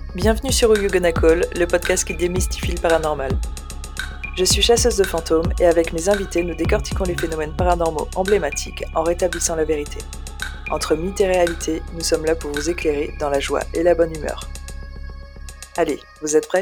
Bienvenue sur Oyugona Call, le podcast qui démystifie le paranormal. Je suis chasseuse de fantômes et avec mes invités, nous décortiquons les phénomènes paranormaux emblématiques en rétablissant la vérité. Entre mythe et réalité, nous sommes là pour vous éclairer dans la joie et la bonne humeur. Allez, vous êtes prêts ?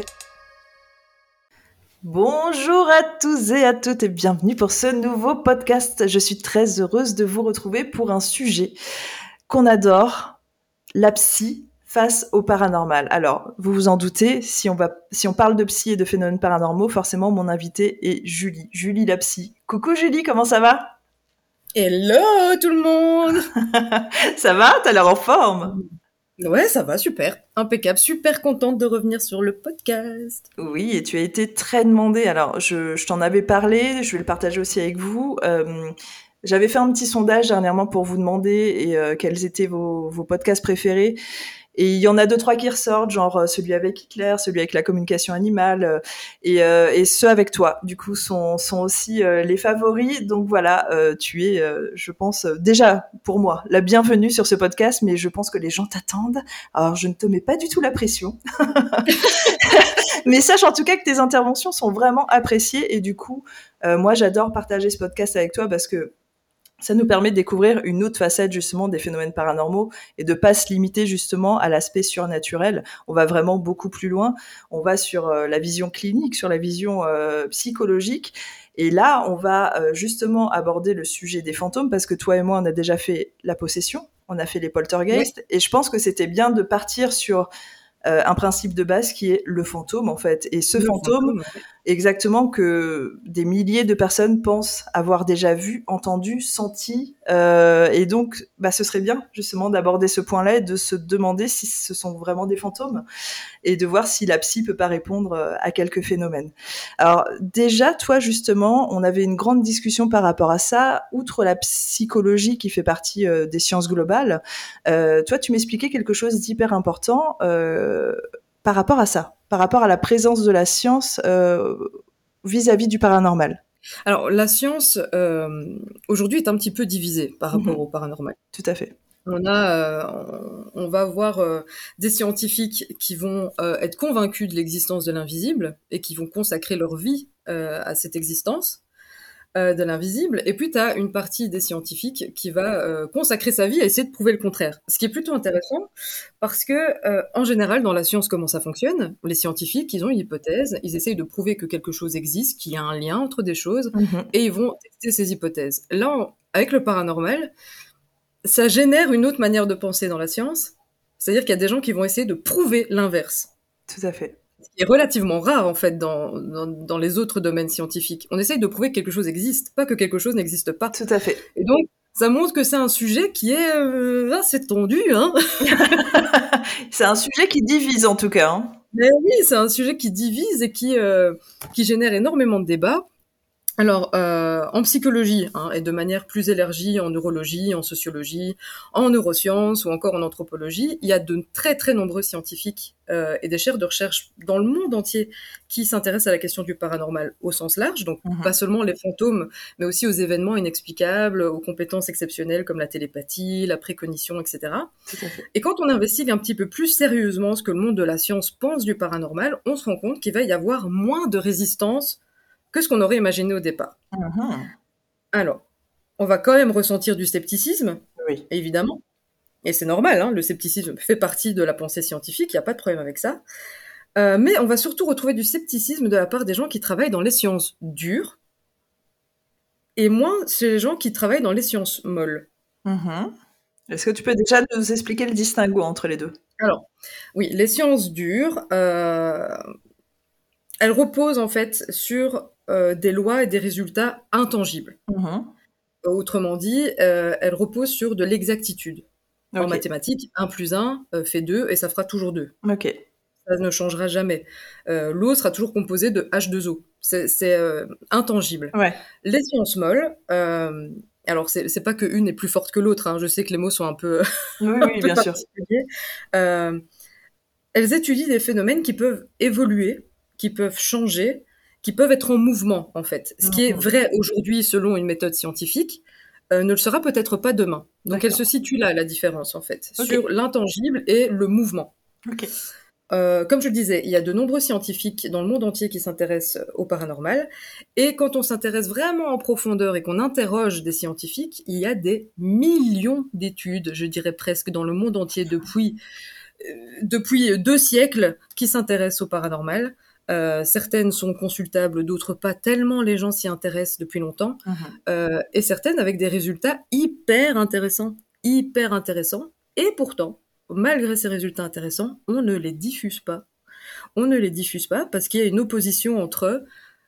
Bonjour à tous et à toutes et bienvenue pour ce nouveau podcast. Je suis très heureuse de vous retrouver pour un sujet qu'on adore, la psy face au paranormal. Alors, vous vous en doutez, si on parle de psy et de phénomènes paranormaux, forcément mon invitée est Julie. Julie la psy. Coucou Julie, comment ça va ? Hello tout le monde. Ça va ? T'as l'air en forme ? Ouais, ça va, super. Impeccable, super contente de revenir sur le podcast. Oui, et tu as été très demandée. Alors, je t'en avais parlé, je vais le partager aussi avec vous. J'avais fait un petit sondage dernièrement pour vous demander quels étaient vos podcasts préférés. Et il y en a 2-3 qui ressortent, genre celui avec Hitler, celui avec la communication animale, et ceux avec toi, du coup, sont aussi les favoris. Donc voilà, tu es, je pense, déjà, pour moi, la bienvenue sur ce podcast, mais je pense que les gens t'attendent. Alors, je ne te mets pas du tout la pression. Mais sache en tout cas que tes interventions sont vraiment appréciées, et du coup, moi, j'adore partager ce podcast avec toi parce que ça nous permet de découvrir une autre facette justement des phénomènes paranormaux et de pas se limiter justement à l'aspect surnaturel. On va vraiment beaucoup plus loin. On va sur la vision clinique, sur la vision psychologique. Et là, on va justement aborder le sujet des fantômes parce que toi et moi, on a déjà fait la possession, on a fait les poltergeists. Oui. Et je pense que c'était bien de partir sur un principe de base qui est le fantôme en fait. Et ce fantôme, exactement, que des milliers de personnes pensent avoir déjà vu, entendu, senti. Et donc, ce serait bien justement d'aborder ce point-là et de se demander si ce sont vraiment des fantômes et de voir si la psy peut pas répondre à quelques phénomènes. Alors déjà, toi justement, on avait une grande discussion par rapport à ça. Outre la psychologie qui fait partie des sciences globales, toi tu m'expliquais quelque chose d'hyper important par rapport à ça, par rapport à la présence de la science vis-à-vis du paranormal. Alors la science aujourd'hui est un petit peu divisée par rapport au paranormal. Tout à fait. On va avoir des scientifiques qui vont être convaincus de l'existence de l'invisible et qui vont consacrer leur vie à cette existence de l'invisible. Et puis, tu as une partie des scientifiques qui va consacrer sa vie à essayer de prouver le contraire. Ce qui est plutôt intéressant parce que, en général, dans la science, comment ça fonctionne ? Les scientifiques, ils ont une hypothèse, ils essayent de prouver que quelque chose existe, qu'il y a un lien entre des choses, et ils vont tester ces hypothèses. Là, avec le paranormal, ça génère une autre manière de penser dans la science, c'est-à-dire qu'il y a des gens qui vont essayer de prouver l'inverse. Tout à fait. Ce qui est relativement rare, en fait, dans les autres domaines scientifiques. On essaye de prouver que quelque chose existe, pas que quelque chose n'existe pas. Tout à fait. Et donc, ça montre que c'est un sujet qui est assez tendu, hein. C'est un sujet qui divise, en tout cas. Hein. Mais oui, c'est un sujet qui divise et qui génère énormément de débats. Alors, en psychologie, et de manière plus élargie, en neurologie, en sociologie, en neurosciences ou encore en anthropologie, il y a de très très nombreux scientifiques et des chaires de recherche dans le monde entier qui s'intéressent à la question du paranormal au sens large, donc pas seulement les fantômes, mais aussi aux événements inexplicables, aux compétences exceptionnelles comme la télépathie, la précognition, etc. Et quand on investigue un petit peu plus sérieusement ce que le monde de la science pense du paranormal, on se rend compte qu'il va y avoir moins de résistance que ce qu'on aurait imaginé au départ. Alors, on va quand même ressentir du scepticisme, oui. Évidemment, et c'est normal, le scepticisme fait partie de la pensée scientifique, il n'y a pas de problème avec ça, mais on va surtout retrouver du scepticisme de la part des gens qui travaillent dans les sciences dures, et moins chez les gens qui travaillent dans les sciences molles. Est-ce que tu peux déjà nous expliquer le distinguo entre les deux ? Alors, oui, les sciences dures, elles reposent en fait sur des lois et des résultats intangibles. Autrement dit, elles reposent sur de l'exactitude. En mathématiques, 1 + 1 fait 2 et ça fera toujours 2. Ça ne changera jamais. L'eau sera toujours composée de H2O. C'est intangible. Ouais. Les sciences molles, alors c'est pas que une est plus forte que l'autre, je sais que les mots sont un peu, oui, bien particuliers. Elles étudient des phénomènes qui peuvent évoluer, qui peuvent changer, qui peuvent être en mouvement, en fait. Ce qui est vrai aujourd'hui selon une méthode scientifique, ne le sera peut-être pas demain. Donc elle se situe là, la différence, en fait, sur l'intangible et le mouvement. comme je le disais, il y a de nombreux scientifiques dans le monde entier qui s'intéressent au paranormal. Et quand on s'intéresse vraiment en profondeur et qu'on interroge des scientifiques, il y a des millions d'études, je dirais presque dans le monde entier depuis 2 siècles, qui s'intéressent au paranormal. Certaines sont consultables, d'autres pas, tellement les gens s'y intéressent depuis longtemps. Et certaines avec des résultats hyper intéressants. Et pourtant, malgré ces résultats intéressants, on ne les diffuse pas. On ne les diffuse pas parce qu'il y a une opposition entre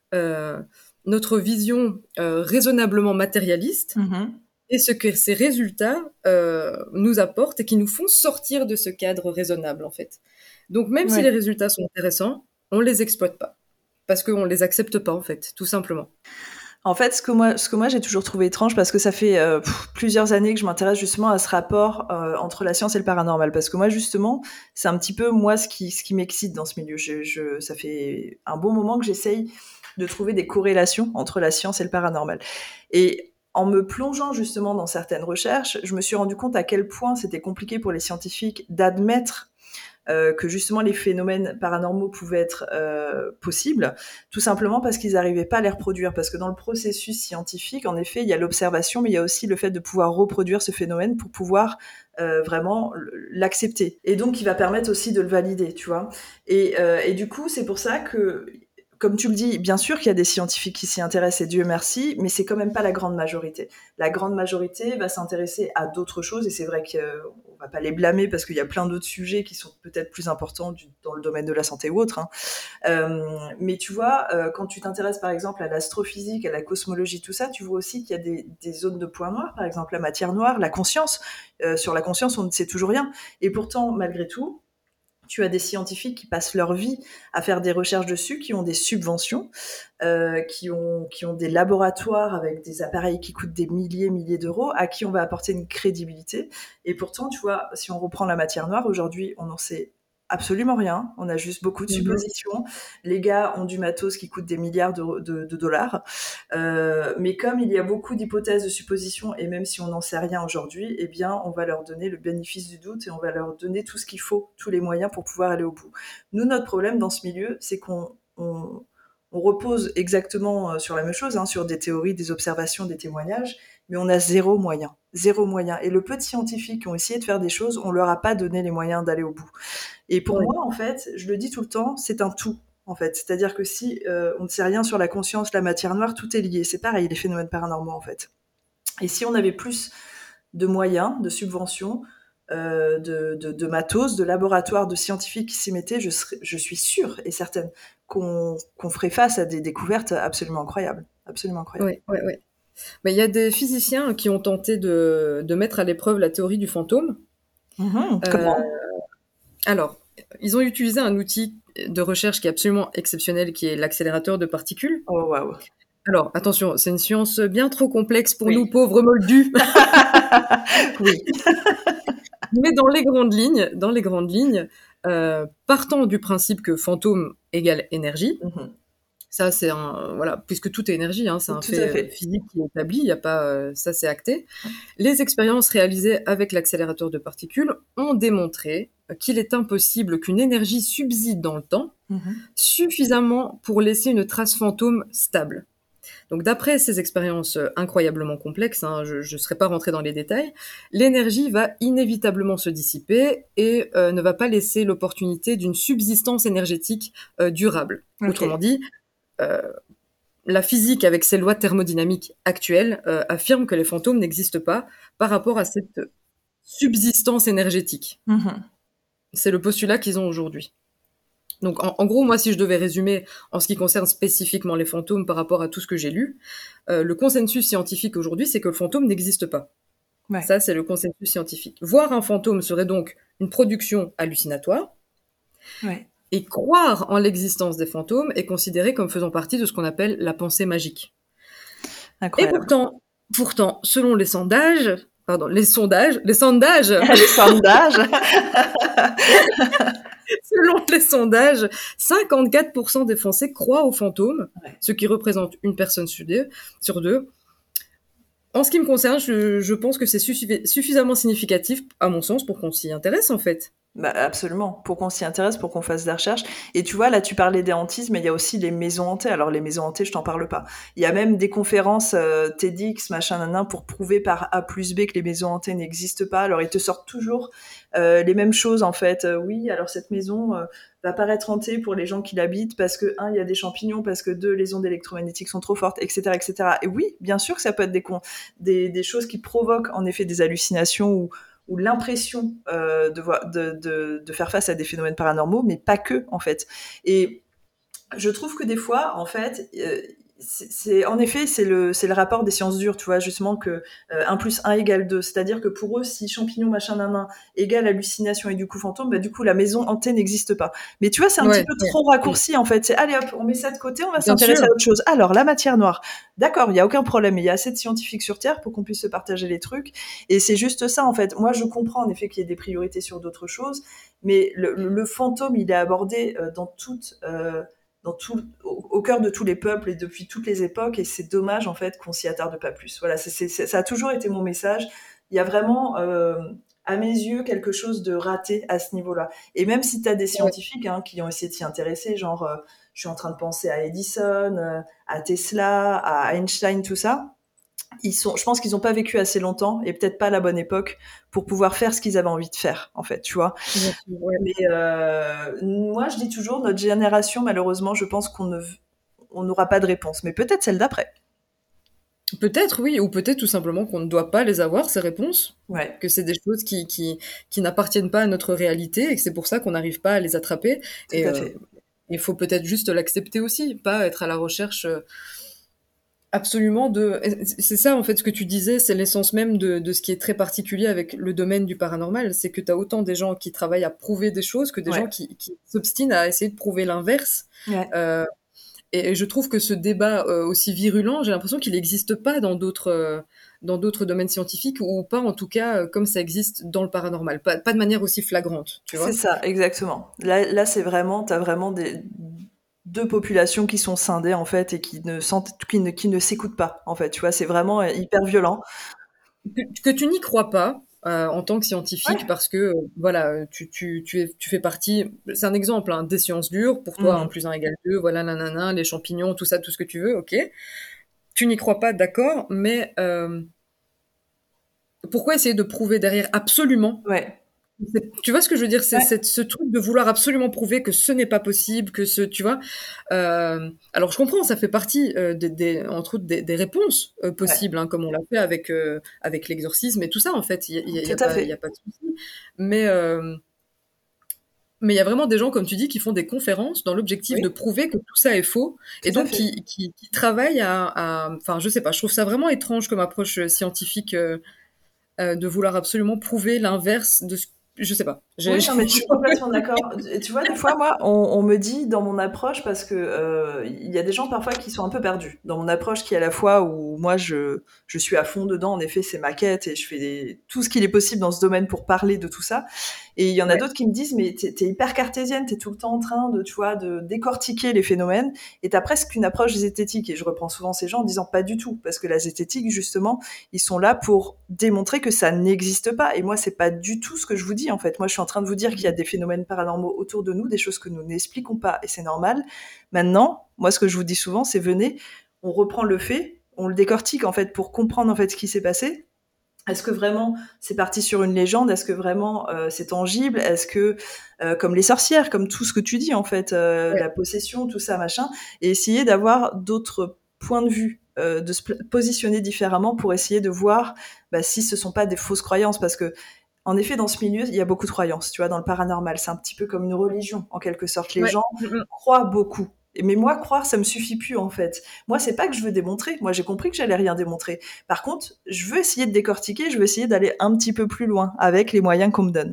notre vision raisonnablement matérialiste et ce que ces résultats nous apportent et qui nous font sortir de ce cadre raisonnable, en fait. Donc, même si les résultats sont intéressants, on les exploite pas. Parce qu'on les accepte pas, en fait, tout simplement. En fait, ce que moi j'ai toujours trouvé étrange, parce que ça fait plusieurs années que je m'intéresse justement à ce rapport entre la science et le paranormal, parce que moi justement, c'est un petit peu moi ce qui m'excite dans ce milieu. Ça fait un bon moment que j'essaye de trouver des corrélations entre la science et le paranormal. Et en me plongeant justement dans certaines recherches, je me suis rendu compte à quel point c'était compliqué pour les scientifiques d'admettre que justement les phénomènes paranormaux pouvaient être possibles, tout simplement parce qu'ils n'arrivaient pas à les reproduire. Parce que dans le processus scientifique, en effet, il y a l'observation, mais il y a aussi le fait de pouvoir reproduire ce phénomène pour pouvoir vraiment l'accepter. Et donc, il va permettre aussi de le valider, tu vois. Et du coup, c'est pour ça que, comme tu le dis, bien sûr qu'il y a des scientifiques qui s'y intéressent, et Dieu merci, mais c'est quand même pas la grande majorité. La grande majorité va s'intéresser à d'autres choses, et c'est vrai qu'on va pas les blâmer parce qu'il y a plein d'autres sujets qui sont peut-être plus importants dans le domaine de la santé ou autre. Mais tu vois, quand tu t'intéresses par exemple à l'astrophysique, à la cosmologie, tout ça, tu vois aussi qu'il y a des zones de points noirs, par exemple la matière noire, la conscience. Sur la conscience, on ne sait toujours rien. Et pourtant, malgré tout, tu as des scientifiques qui passent leur vie à faire des recherches dessus, qui ont des subventions, qui ont des laboratoires avec des appareils qui coûtent des milliers d'euros, à qui on va apporter une crédibilité. Et pourtant, tu vois, si on reprend la matière noire, aujourd'hui, on n'en sait absolument rien. On a juste beaucoup de suppositions. Les gars ont du matos qui coûte des milliards de dollars. Mais comme il y a beaucoup d'hypothèses, de suppositions, et même si on n'en sait rien aujourd'hui, eh bien, on va leur donner le bénéfice du doute et on va leur donner tout ce qu'il faut, tous les moyens pour pouvoir aller au bout. Nous, notre problème dans ce milieu, c'est qu'on repose exactement sur la même chose, sur des théories, des observations, des témoignages, mais on a zéro moyen. Et le peu de scientifiques qui ont essayé de faire des choses, on leur a pas donné les moyens d'aller au bout. Et pour moi, en fait, je le dis tout le temps, c'est un tout. En fait, c'est-à-dire que si on ne sait rien sur la conscience, la matière noire, tout est lié. C'est pareil, les phénomènes paranormaux, en fait. Et si on avait plus de moyens, de subventions, de matos, de laboratoires, de scientifiques qui s'y mettaient, je suis sûre et certaine qu'on ferait face à des découvertes absolument incroyables. Absolument incroyables. Oui. Mais il y a des physiciens qui ont tenté de mettre à l'épreuve la théorie du fantôme. Comment ? Alors, ils ont utilisé un outil de recherche qui est absolument exceptionnel, qui est l'accélérateur de particules. Oh, waouh. Alors, attention, c'est une science bien trop complexe pour nous pauvres moldus. Oui. Mais dans les grandes lignes, partant du principe que fantôme égale énergie, ça c'est puisque tout est énergie, c'est un fait physique qui est établi, il y a pas, ça c'est acté. Les expériences réalisées avec l'accélérateur de particules ont démontré qu'il est impossible qu'une énergie subside dans le temps suffisamment pour laisser une trace fantôme stable. Donc d'après ces expériences incroyablement complexes, je ne serai pas rentrée dans les détails, l'énergie va inévitablement se dissiper et ne va pas laisser l'opportunité d'une subsistance énergétique durable. Okay. Autrement dit, la physique avec ses lois thermodynamiques actuelles affirme que les fantômes n'existent pas par rapport à cette subsistance énergétique. C'est le postulat qu'ils ont aujourd'hui. Donc, en gros, moi, si je devais résumer en ce qui concerne spécifiquement les fantômes par rapport à tout ce que j'ai lu, le consensus scientifique aujourd'hui, c'est que le fantôme n'existe pas. Ouais. Ça, c'est le consensus scientifique. Voir un fantôme serait donc une production hallucinatoire. Ouais. Et croire en l'existence des fantômes est considéré comme faisant partie de ce qu'on appelle la pensée magique. Incroyable. Et pourtant, selon les sondages... Les sondages Selon les sondages, 54% des Français croient aux fantômes, ce qui représente une personne sur deux. En ce qui me concerne, je pense que c'est suffisamment significatif, à mon sens, pour qu'on s'y intéresse, en fait. Bah, absolument, pour qu'on s'y intéresse, pour qu'on fasse des recherches. Et tu vois, là, tu parlais des hantises, mais il y a aussi les maisons hantées. Alors, les maisons hantées, je t'en parle pas. Il y a même des conférences TEDx, machin, nanan, pour prouver par A plus B que les maisons hantées n'existent pas. Alors, ils te sortent toujours les mêmes choses, en fait. Oui, alors cette maison va paraître hantée pour les gens qui l'habitent parce que, un, il y a des champignons, parce que deux, les ondes électromagnétiques sont trop fortes, etc., etc. Et oui, bien sûr que ça peut être des choses qui provoquent, en effet, des hallucinations ou l'impression de faire face à des phénomènes paranormaux, mais pas que, en fait. Et je trouve que des fois, en fait, en effet, c'est le rapport des sciences dures, tu vois, justement que 1 plus 1 égale 2. C'est-à-dire que pour eux, si champignon, machin, nanan, égale hallucination et du coup fantôme, bah, du coup, la maison hantée n'existe pas. Mais tu vois, c'est un petit Ouais, peu ouais, trop oui, raccourci, en fait. C'est, allez hop, on met ça de côté, on va bien s'intéresser sûr. à autre chose. Alors, la matière noire. D'accord, il y a aucun problème. Il y a assez de scientifiques sur Terre pour qu'on puisse se partager les trucs. Et c'est juste ça, en fait. Moi, je comprends, en effet, qu'il y ait des priorités sur d'autres choses. Mais le fantôme, il est abordé dans tout, au cœur de tous les peuples et depuis toutes les époques, et c'est dommage en fait qu'on s'y attarde pas plus. Voilà, ça a toujours été mon message. Il y a vraiment, à mes yeux, quelque chose de raté à ce niveau-là. Et même si tu as des Ouais. scientifiques qui ont essayé de s'y intéresser, genre, je suis en train de penser à Edison, à Tesla, à Einstein, tout ça, je pense qu'ils n'ont pas vécu assez longtemps et peut-être pas à la bonne époque pour pouvoir faire ce qu'ils avaient envie de faire, en fait, tu vois. Bien sûr, ouais. Mais moi, je dis toujours, notre génération, malheureusement, je pense on n'aura pas de réponse. Mais peut-être celle d'après. Peut-être, oui, ou peut-être tout simplement qu'on ne doit pas les avoir, ces réponses, Ouais, que c'est des choses qui n'appartiennent pas à notre réalité et que c'est pour ça qu'on n'arrive pas à les attraper. tout Et à fait. il faut peut-être juste l'accepter aussi, pas être à la recherche absolument de... C'est ça, en fait, ce que tu disais, c'est l'essence même de ce qui est très particulier avec le domaine du paranormal, c'est que tu as autant des gens qui travaillent à prouver des choses que des gens Ouais, qui s'obstinent à essayer de prouver l'inverse. ouais, Euh, et je trouve que ce débat aussi virulent, j'ai l'impression qu'il n'existe pas dans d'autres domaines scientifiques, ou pas en tout cas comme ça existe dans le paranormal. Pas de manière aussi flagrante, tu c'est vois. ça, exactement. Là, c'est vraiment, t'as vraiment deux populations qui sont scindées en fait et qui ne s'écoutent pas en fait. Tu vois, c'est vraiment hyper violent. Que tu n'y crois pas en tant que scientifique Ouais. parce que voilà, tu fais partie, c'est un exemple, hein, des sciences dures, pour toi 1 Mhm. plus 1 égale 2, voilà, nanana, les champignons, tout ça, tout ce que tu veux, ok. Tu n'y crois pas, d'accord, mais pourquoi essayer de prouver derrière absolument. Ouais. Tu vois ce que je veux dire? Ouais. Ce truc de vouloir absolument prouver que ce n'est pas possible, que ce, tu vois. Alors je comprends, ça fait partie entre autres des réponses Ouais. possibles, hein, comme on l'a fait avec l'exorcisme et tout ça. En fait, Tout à il y a fait. pas de souci. Mais mais il y a vraiment des gens, comme tu dis, qui font des conférences dans l'objectif de Oui, prouver que tout ça est faux, et tout à donc fait. qui travaillent enfin, je sais pas, je trouve ça vraiment étrange comme approche scientifique de vouloir absolument prouver l'inverse de ce, je sais pas. Oui, non, mais je suis complètement d'accord. Et tu vois, des fois, moi, on me dit dans mon approche, parce que il y a des gens parfois qui sont un peu perdus dans mon approche, qui est à la fois où moi je suis à fond dedans. En effet, c'est ma quête et je fais tout ce qu'il est possible dans ce domaine pour parler de tout ça. Et il y en a Ouais, d'autres qui me disent, mais t'es hyper cartésienne, t'es tout le temps en train de, tu vois, de décortiquer les phénomènes et t'as presque une approche zététique. Et je reprends souvent ces gens en disant pas du tout, parce que la zététique, justement, ils sont là pour démontrer que ça n'existe pas. Et moi, c'est pas du tout ce que je vous dis, en fait. Moi, je suis en train de vous dire qu'il y a des phénomènes paranormaux autour de nous, des choses que nous n'expliquons pas, et c'est normal. Maintenant, moi, ce que je vous dis souvent, c'est venez, on reprend le fait, on le décortique, en fait, pour comprendre, en fait, ce qui s'est passé. Est-ce que vraiment c'est parti sur une légende? Est-ce que vraiment c'est tangible? Est-ce que comme les sorcières, comme tout ce que tu dis en fait, ouais, la possession, tout ça machin, et essayer d'avoir d'autres points de vue, de se positionner différemment pour essayer de voir si ce sont pas des fausses croyances, parce que en effet dans ce milieu il y a beaucoup de croyances, tu vois, dans le paranormal, c'est un petit peu comme une religion en quelque sorte. Les ouais. gens Mm, mm. croient beaucoup. Mais moi, croire, ça me suffit plus en fait. Moi, c'est pas que je veux démontrer. Moi, j'ai compris que j'allais rien démontrer. Par contre, je veux essayer de décortiquer, je veux essayer d'aller un petit peu plus loin avec les moyens qu'on me donne.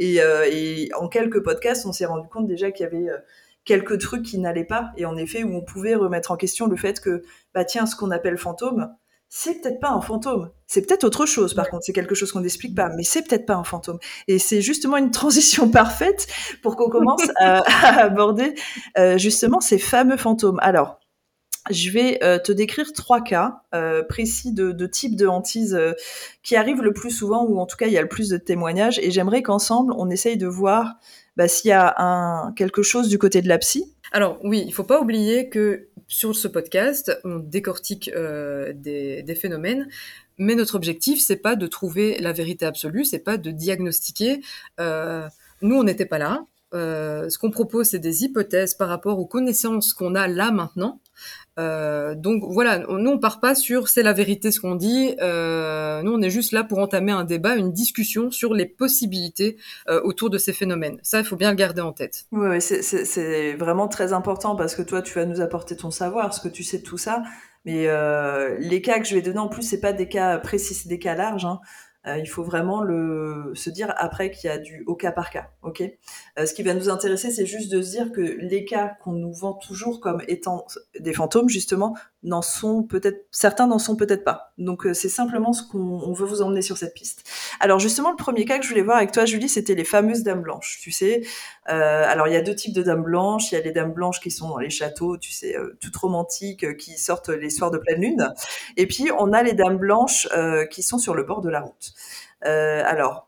Et en quelques podcasts, on s'est rendu compte déjà qu'il y avait quelques trucs qui n'allaient pas. Et en effet, où on pouvait remettre en question le fait que, bah tiens, ce qu'on appelle fantôme, c'est peut-être pas un fantôme. C'est peut-être autre chose, par Ouais. contre. C'est quelque chose qu'on n'explique pas, mais c'est peut-être pas un fantôme. Et c'est justement une transition parfaite pour qu'on commence à aborder justement ces fameux fantômes. Alors, Je vais te décrire 3 cas précis de type de hantise qui arrivent le plus souvent, ou en tout cas il y a le plus de témoignages, et j'aimerais qu'ensemble on essaye de voir s'il y a quelque chose du côté de la psy. Alors oui, il faut pas oublier que sur ce podcast, on décortique des phénomènes, mais notre objectif, c'est pas de trouver la vérité absolue, c'est pas de diagnostiquer. Nous, on n'était pas là. Ce qu'on propose, c'est des hypothèses par rapport aux connaissances qu'on a là maintenant. Donc voilà, nous on part pas sur c'est la vérité ce qu'on dit. Nous on est juste là pour entamer un débat, une discussion sur les possibilités autour de ces phénomènes. Ça, il faut bien le garder en tête. Ouais, c'est vraiment très important parce que toi, tu vas nous apporter ton savoir, ce que tu sais de tout ça. Mais les cas que je vais donner en plus, c'est pas des cas précis, c'est des cas larges, hein. Il faut vraiment se dire après qu'il y a du au cas par cas, ok. Ce qui va nous intéresser, c'est juste de se dire que les cas qu'on nous vend toujours comme étant des fantômes, justement, certains n'en sont peut-être pas. Donc c'est simplement ce qu'on veut vous emmener sur cette piste. Alors justement, le premier cas que je voulais voir avec toi, Julie, c'était les fameuses dames blanches. Tu sais, alors il y a 2 types de dames blanches. Il y a les dames blanches qui sont dans les châteaux, tu sais, toutes romantiques, qui sortent les soirs de pleine lune. Et puis on a les dames blanches qui sont sur le bord de la route. Alors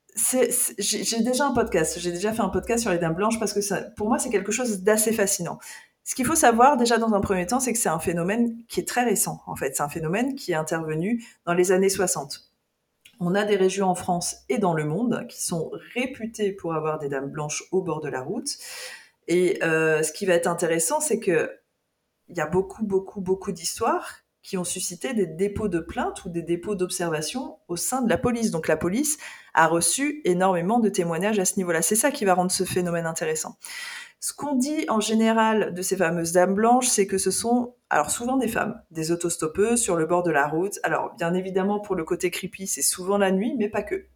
j'ai déjà un podcast. J'ai déjà fait un podcast sur les dames blanches parce que ça, pour moi, c'est quelque chose d'assez fascinant. Ce qu'il faut savoir déjà dans un premier temps, c'est que c'est un phénomène qui est très récent. En fait, c'est un phénomène qui est intervenu dans les années 60. On a des régions en France et dans le monde qui sont réputées pour avoir des dames blanches au bord de la route. Et ce qui va être intéressant, c'est que il y a beaucoup d'histoires qui ont suscité des dépôts de plaintes ou des dépôts d'observation au sein de la police. Donc la police a reçu énormément de témoignages à ce niveau-là. C'est ça qui va rendre ce phénomène intéressant. Ce qu'on dit en général de ces fameuses dames blanches, c'est que ce sont alors souvent des femmes, des autostoppeuses sur le bord de la route. Alors bien évidemment pour le côté creepy, c'est souvent la nuit, mais pas que.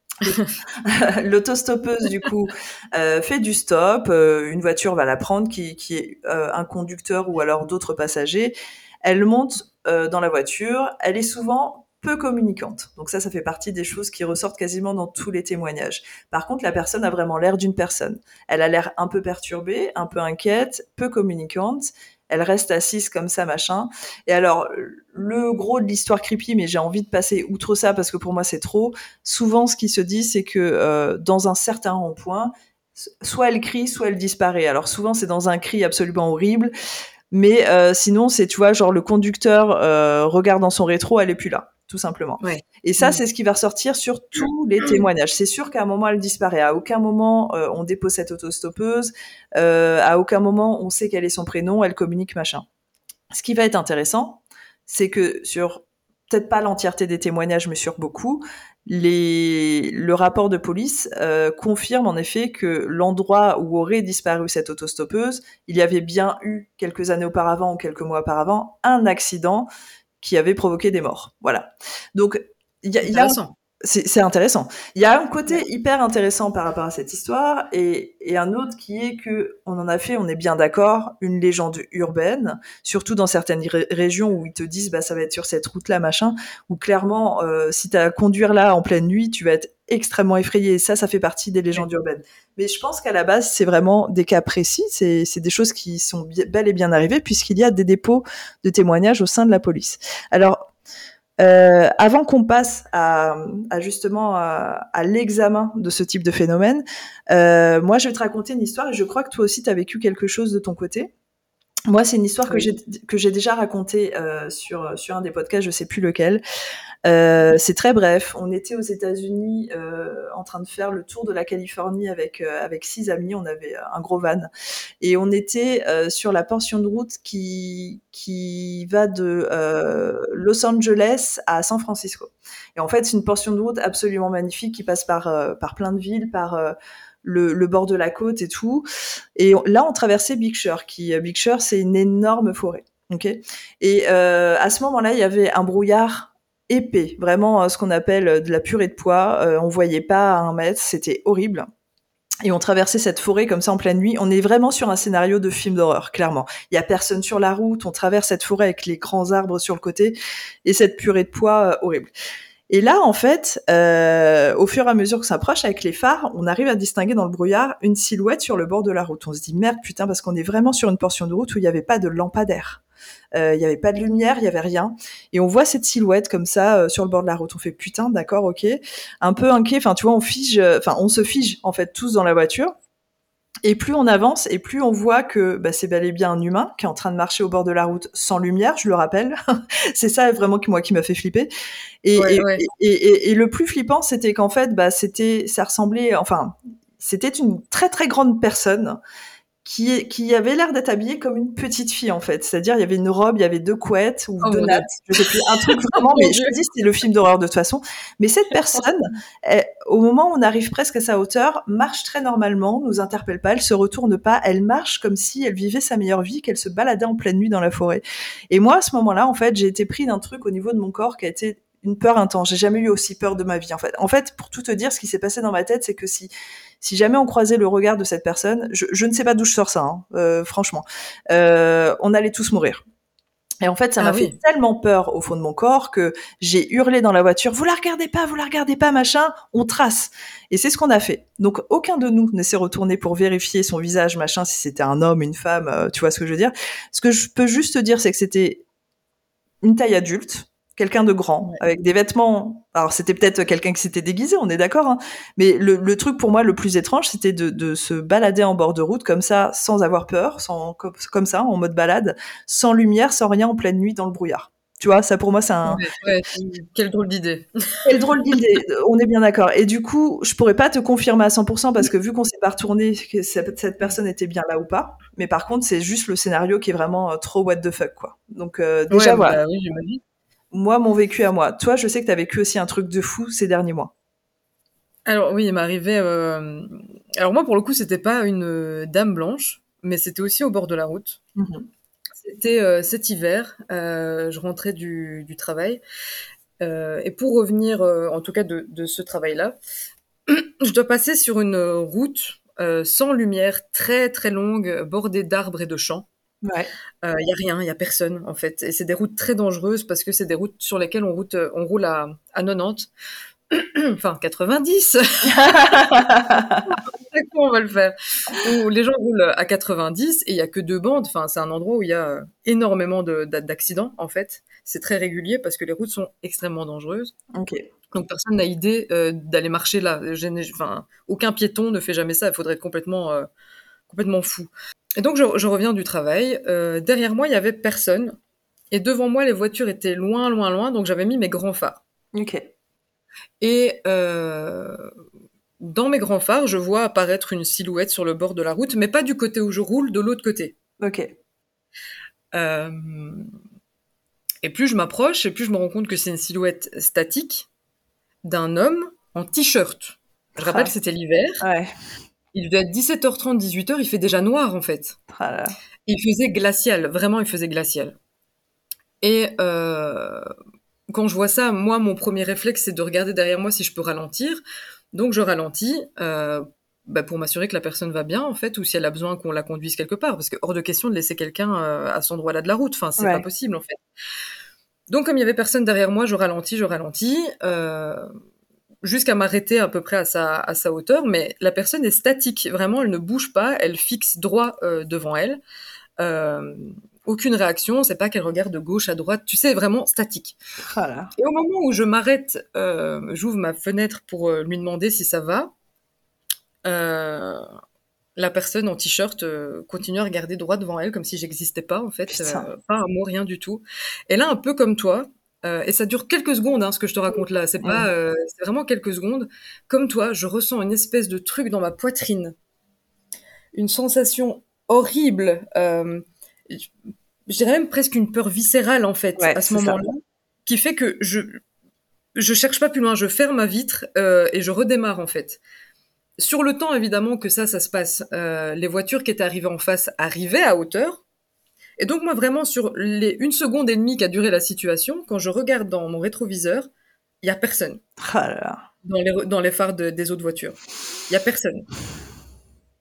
L'autostoppeuse du coup fait du stop, une voiture va la prendre qui est un conducteur ou alors d'autres passagers. Elle monte dans la voiture, elle est souvent peu communicante. Donc ça fait partie des choses qui ressortent quasiment dans tous les témoignages. Par contre, la personne a vraiment l'air d'une personne. Elle a l'air un peu perturbée, un peu inquiète, peu communicante. Elle reste assise comme ça, machin. Et alors, le gros de l'histoire creepy, mais j'ai envie de passer outre ça parce que pour moi c'est trop. Souvent, ce qui se dit, c'est que dans un certain rond-point, soit elle crie, soit elle disparaît. Alors souvent, c'est dans un cri absolument horrible. Mais sinon, c'est, tu vois, genre le conducteur regarde dans son rétro, elle est plus là, tout simplement. Ouais. Et ça, c'est ce qui va ressortir sur tous les témoignages. C'est sûr qu'à un moment, elle disparaît. À aucun moment, on dépose cette autostoppeuse. À aucun moment, on sait quel est son prénom, elle communique, machin. Ce qui va être intéressant, c'est que sur peut-être pas l'entièreté des témoignages, mais sur beaucoup, le rapport de police confirme en effet que l'endroit où aurait disparu cette autostoppeuse, il y avait bien eu quelques années auparavant ou quelques mois auparavant un accident qui avait provoqué des morts. Voilà. Donc il y a c'est intéressant. Il y a un côté hyper intéressant par rapport à cette histoire et un autre qui est que on est bien d'accord, une légende urbaine, surtout dans certaines régions où ils te disent ça va être sur cette route-là, machin, où clairement, si t'as à conduire là en pleine nuit, tu vas être extrêmement effrayé. Et ça fait partie des légendes urbaines. Mais je pense qu'à la base, c'est vraiment des cas précis, c'est des choses qui sont bel et bien arrivées puisqu'il y a des dépôts de témoignages au sein de la police. Alors, avant qu'on passe à justement à l'examen de ce type de phénomène, moi je vais te raconter une histoire et je crois que toi aussi tu as vécu quelque chose de ton côté. Moi, c'est une histoire que j'ai déjà racontée sur un des podcasts, je sais plus lequel. C'est très bref. On était aux États-Unis en train de faire le tour de la Californie avec 6 amis. On avait un gros van et on était sur la portion de route qui va de Los Angeles à San Francisco. Et en fait, c'est une portion de route absolument magnifique qui passe par plein de villes, par le bord de la côte et tout. Et là, on traversait Big Sur. Big Sur, c'est une énorme forêt. Okay, et à ce moment-là, il y avait un brouillard épais, vraiment ce qu'on appelle de la purée de pois. On voyait pas à 1 mètre, c'était horrible. Et on traversait cette forêt comme ça en pleine nuit. On est vraiment sur un scénario de film d'horreur, clairement. Il y a personne sur la route, on traverse cette forêt avec les grands arbres sur le côté et cette purée de pois horrible. Et là, en fait, au fur et à mesure que ça approche avec les phares, on arrive à distinguer dans le brouillard une silhouette sur le bord de la route. On se dit merde, putain, parce qu'on est vraiment sur une portion de route où il n'y avait pas de lampadaire. Il y avait pas de lumière, il y avait rien. Et on voit cette silhouette comme ça sur le bord de la route. On fait putain, d'accord, ok. Un peu inquiet. Enfin, tu vois, on se fige en fait tous dans la voiture. Et plus on avance, et plus on voit que c'est bel et bien un humain qui est en train de marcher au bord de la route sans lumière, je le rappelle. C'est ça vraiment qui m'a fait flipper. Et le plus flippant, c'était qu'en fait, ça ressemblait, enfin, c'était une très très grande personne qui avait l'air d'être habillée comme une petite fille, en fait. C'est-à-dire, il y avait une robe, il y avait 2 couettes ou 2 nattes, je sais plus, un truc vraiment, mais je te dis, c'était le film d'horreur de toute façon. Mais cette personne, au moment où on arrive presque à sa hauteur, marche très normalement, nous interpelle pas, elle se retourne pas, elle marche comme si elle vivait sa meilleure vie, qu'elle se baladait en pleine nuit dans la forêt. Et moi, à ce moment-là, en fait, j'ai été pris d'un truc au niveau de mon corps qui a été une peur intense. J'ai jamais eu aussi peur de ma vie, en fait. En fait, pour tout te dire, ce qui s'est passé dans ma tête, c'est que si jamais on croisait le regard de cette personne, je ne sais pas d'où je sors ça, franchement, on allait tous mourir. Et en fait, ça m'a fait tellement peur au fond de mon corps que j'ai hurlé dans la voiture, vous la regardez pas, machin, on trace. Et c'est ce qu'on a fait. Donc, aucun de nous ne s'est retourné pour vérifier son visage, machin, si c'était un homme, une femme, tu vois ce que je veux dire. Ce que je peux juste te dire, c'est que c'était une taille adulte, quelqu'un de grand, avec des vêtements. Alors, c'était peut-être quelqu'un qui s'était déguisé, on est d'accord, hein. Mais le truc pour moi le plus étrange, c'était de se balader en bord de route comme ça, sans avoir peur, comme ça, en mode balade, sans lumière, sans rien, en pleine nuit, dans le brouillard. Tu vois, ça pour moi, c'est un... Quelle drôle d'idée. Quelle drôle d'idée, on est bien d'accord. Et du coup, je pourrais pas te confirmer à 100% parce que vu qu'on s'est pas retourné, que cette personne était bien là ou pas. Mais par contre, c'est juste le scénario qui est vraiment trop what the fuck, quoi. Donc, déjà, voilà. Oui, j'imagine. Moi, mon vécu à moi. Toi, je sais que tu as vécu aussi un truc de fou ces derniers mois. Alors oui, il m'arrivait... Alors moi, pour le coup, c'était pas une dame blanche, mais c'était aussi au bord de la route. Mmh. C'était cet hiver, je rentrais du travail. Et pour revenir, en tout cas, de ce travail-là, je dois passer sur une route sans lumière, très très longue, bordée d'arbres et de champs. Ouais. Y a rien, y a personne en fait. Et c'est des routes très dangereuses parce que c'est des routes sur lesquelles on roule à 90, enfin 90. On va le faire. Où les gens roulent à 90 et il y a que 2 bandes. Enfin, c'est un endroit où il y a énormément d'accidents en fait. C'est très régulier parce que les routes sont extrêmement dangereuses. Ok. Donc personne n'a idée d'aller marcher là. Enfin, aucun piéton ne fait jamais ça. Il faudrait être complètement fou. Et donc je reviens du travail. Derrière moi, il y avait personne. Et devant moi, les voitures étaient loin, loin, loin. Donc j'avais mis mes grands phares. Ok. Et dans mes grands phares, je vois apparaître une silhouette sur le bord de la route, mais pas du côté où je roule, de l'autre côté. Ok. Et plus je m'approche, et plus je me rends compte que c'est une silhouette statique d'un homme en t-shirt. Je rappelle que c'était l'hiver. Ouais. Il devait être 17h30, 18h, il fait déjà noir en fait. Voilà. Il faisait glacial, vraiment il faisait glacial. Et quand je vois ça, moi mon premier réflexe c'est de regarder derrière moi si je peux ralentir. Donc je ralentis pour m'assurer que la personne va bien en fait, ou si elle a besoin qu'on la conduise quelque part, parce que hors de question de laisser quelqu'un à cet endroit-là de la route. Enfin c'est pas possible en fait. Donc comme il y avait personne derrière moi, je ralentis. Jusqu'à m'arrêter à peu près à sa hauteur, mais la personne est statique, vraiment, elle ne bouge pas, elle fixe droit devant elle. Aucune réaction, c'est pas qu'elle regarde de gauche à droite, tu sais, vraiment statique. Voilà. Et au moment où je m'arrête, j'ouvre ma fenêtre pour lui demander si ça va, la personne en t-shirt continue à regarder droit devant elle comme si j'existais pas, en fait, pas un mot, rien du tout. Et là, un peu comme toi, et ça dure quelques secondes, hein, ce que je te raconte là. C'est pas, c'est vraiment quelques secondes. Comme toi, je ressens une espèce de truc dans ma poitrine, une sensation horrible. Je dirais même presque une peur viscérale en fait à ce moment-là, qui fait que je cherche pas plus loin. Je ferme ma vitre et je redémarre en fait. Sur le temps évidemment que ça se passe, les voitures qui étaient arrivées en face arrivaient à hauteur. Et donc moi vraiment sur les 1 seconde et demie qu'a duré la situation, quand je regarde dans mon rétroviseur, il y a personne. Dans les phares des autres voitures. Il y a personne.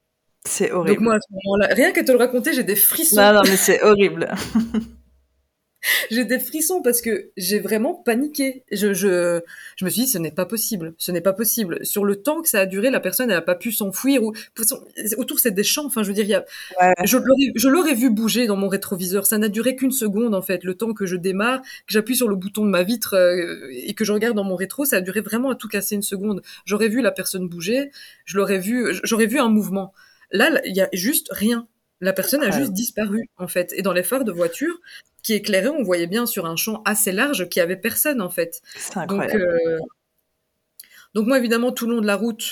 C'est horrible. Donc moi à ce moment-là, rien qu'à te le raconter, j'ai des frissons. Non mais c'est horrible. J'ai des frissons parce que j'ai vraiment paniqué. Je me suis dit, ce n'est pas possible. Ce n'est pas possible. Sur le temps que ça a duré, la personne, elle a pas pu s'enfuir. Autour, c'est des champs. Enfin, je veux dire, Ouais, je l'aurais vu bouger dans mon rétroviseur. Ça n'a duré qu'une seconde, en fait. Le temps que je démarre, que j'appuie sur le bouton de ma vitre et que je regarde dans mon rétro, ça a duré vraiment à tout casser une seconde. J'aurais vu la personne bouger. J'aurais vu un mouvement. Là, il y a juste rien. La personne a juste incroyable. disparu, en fait. Et dans les phares de voiture qui éclairait, on voyait bien sur un champ assez large qu'il y avait personne, en fait. C'est Donc, incroyable. donc moi, évidemment, tout le long de la route,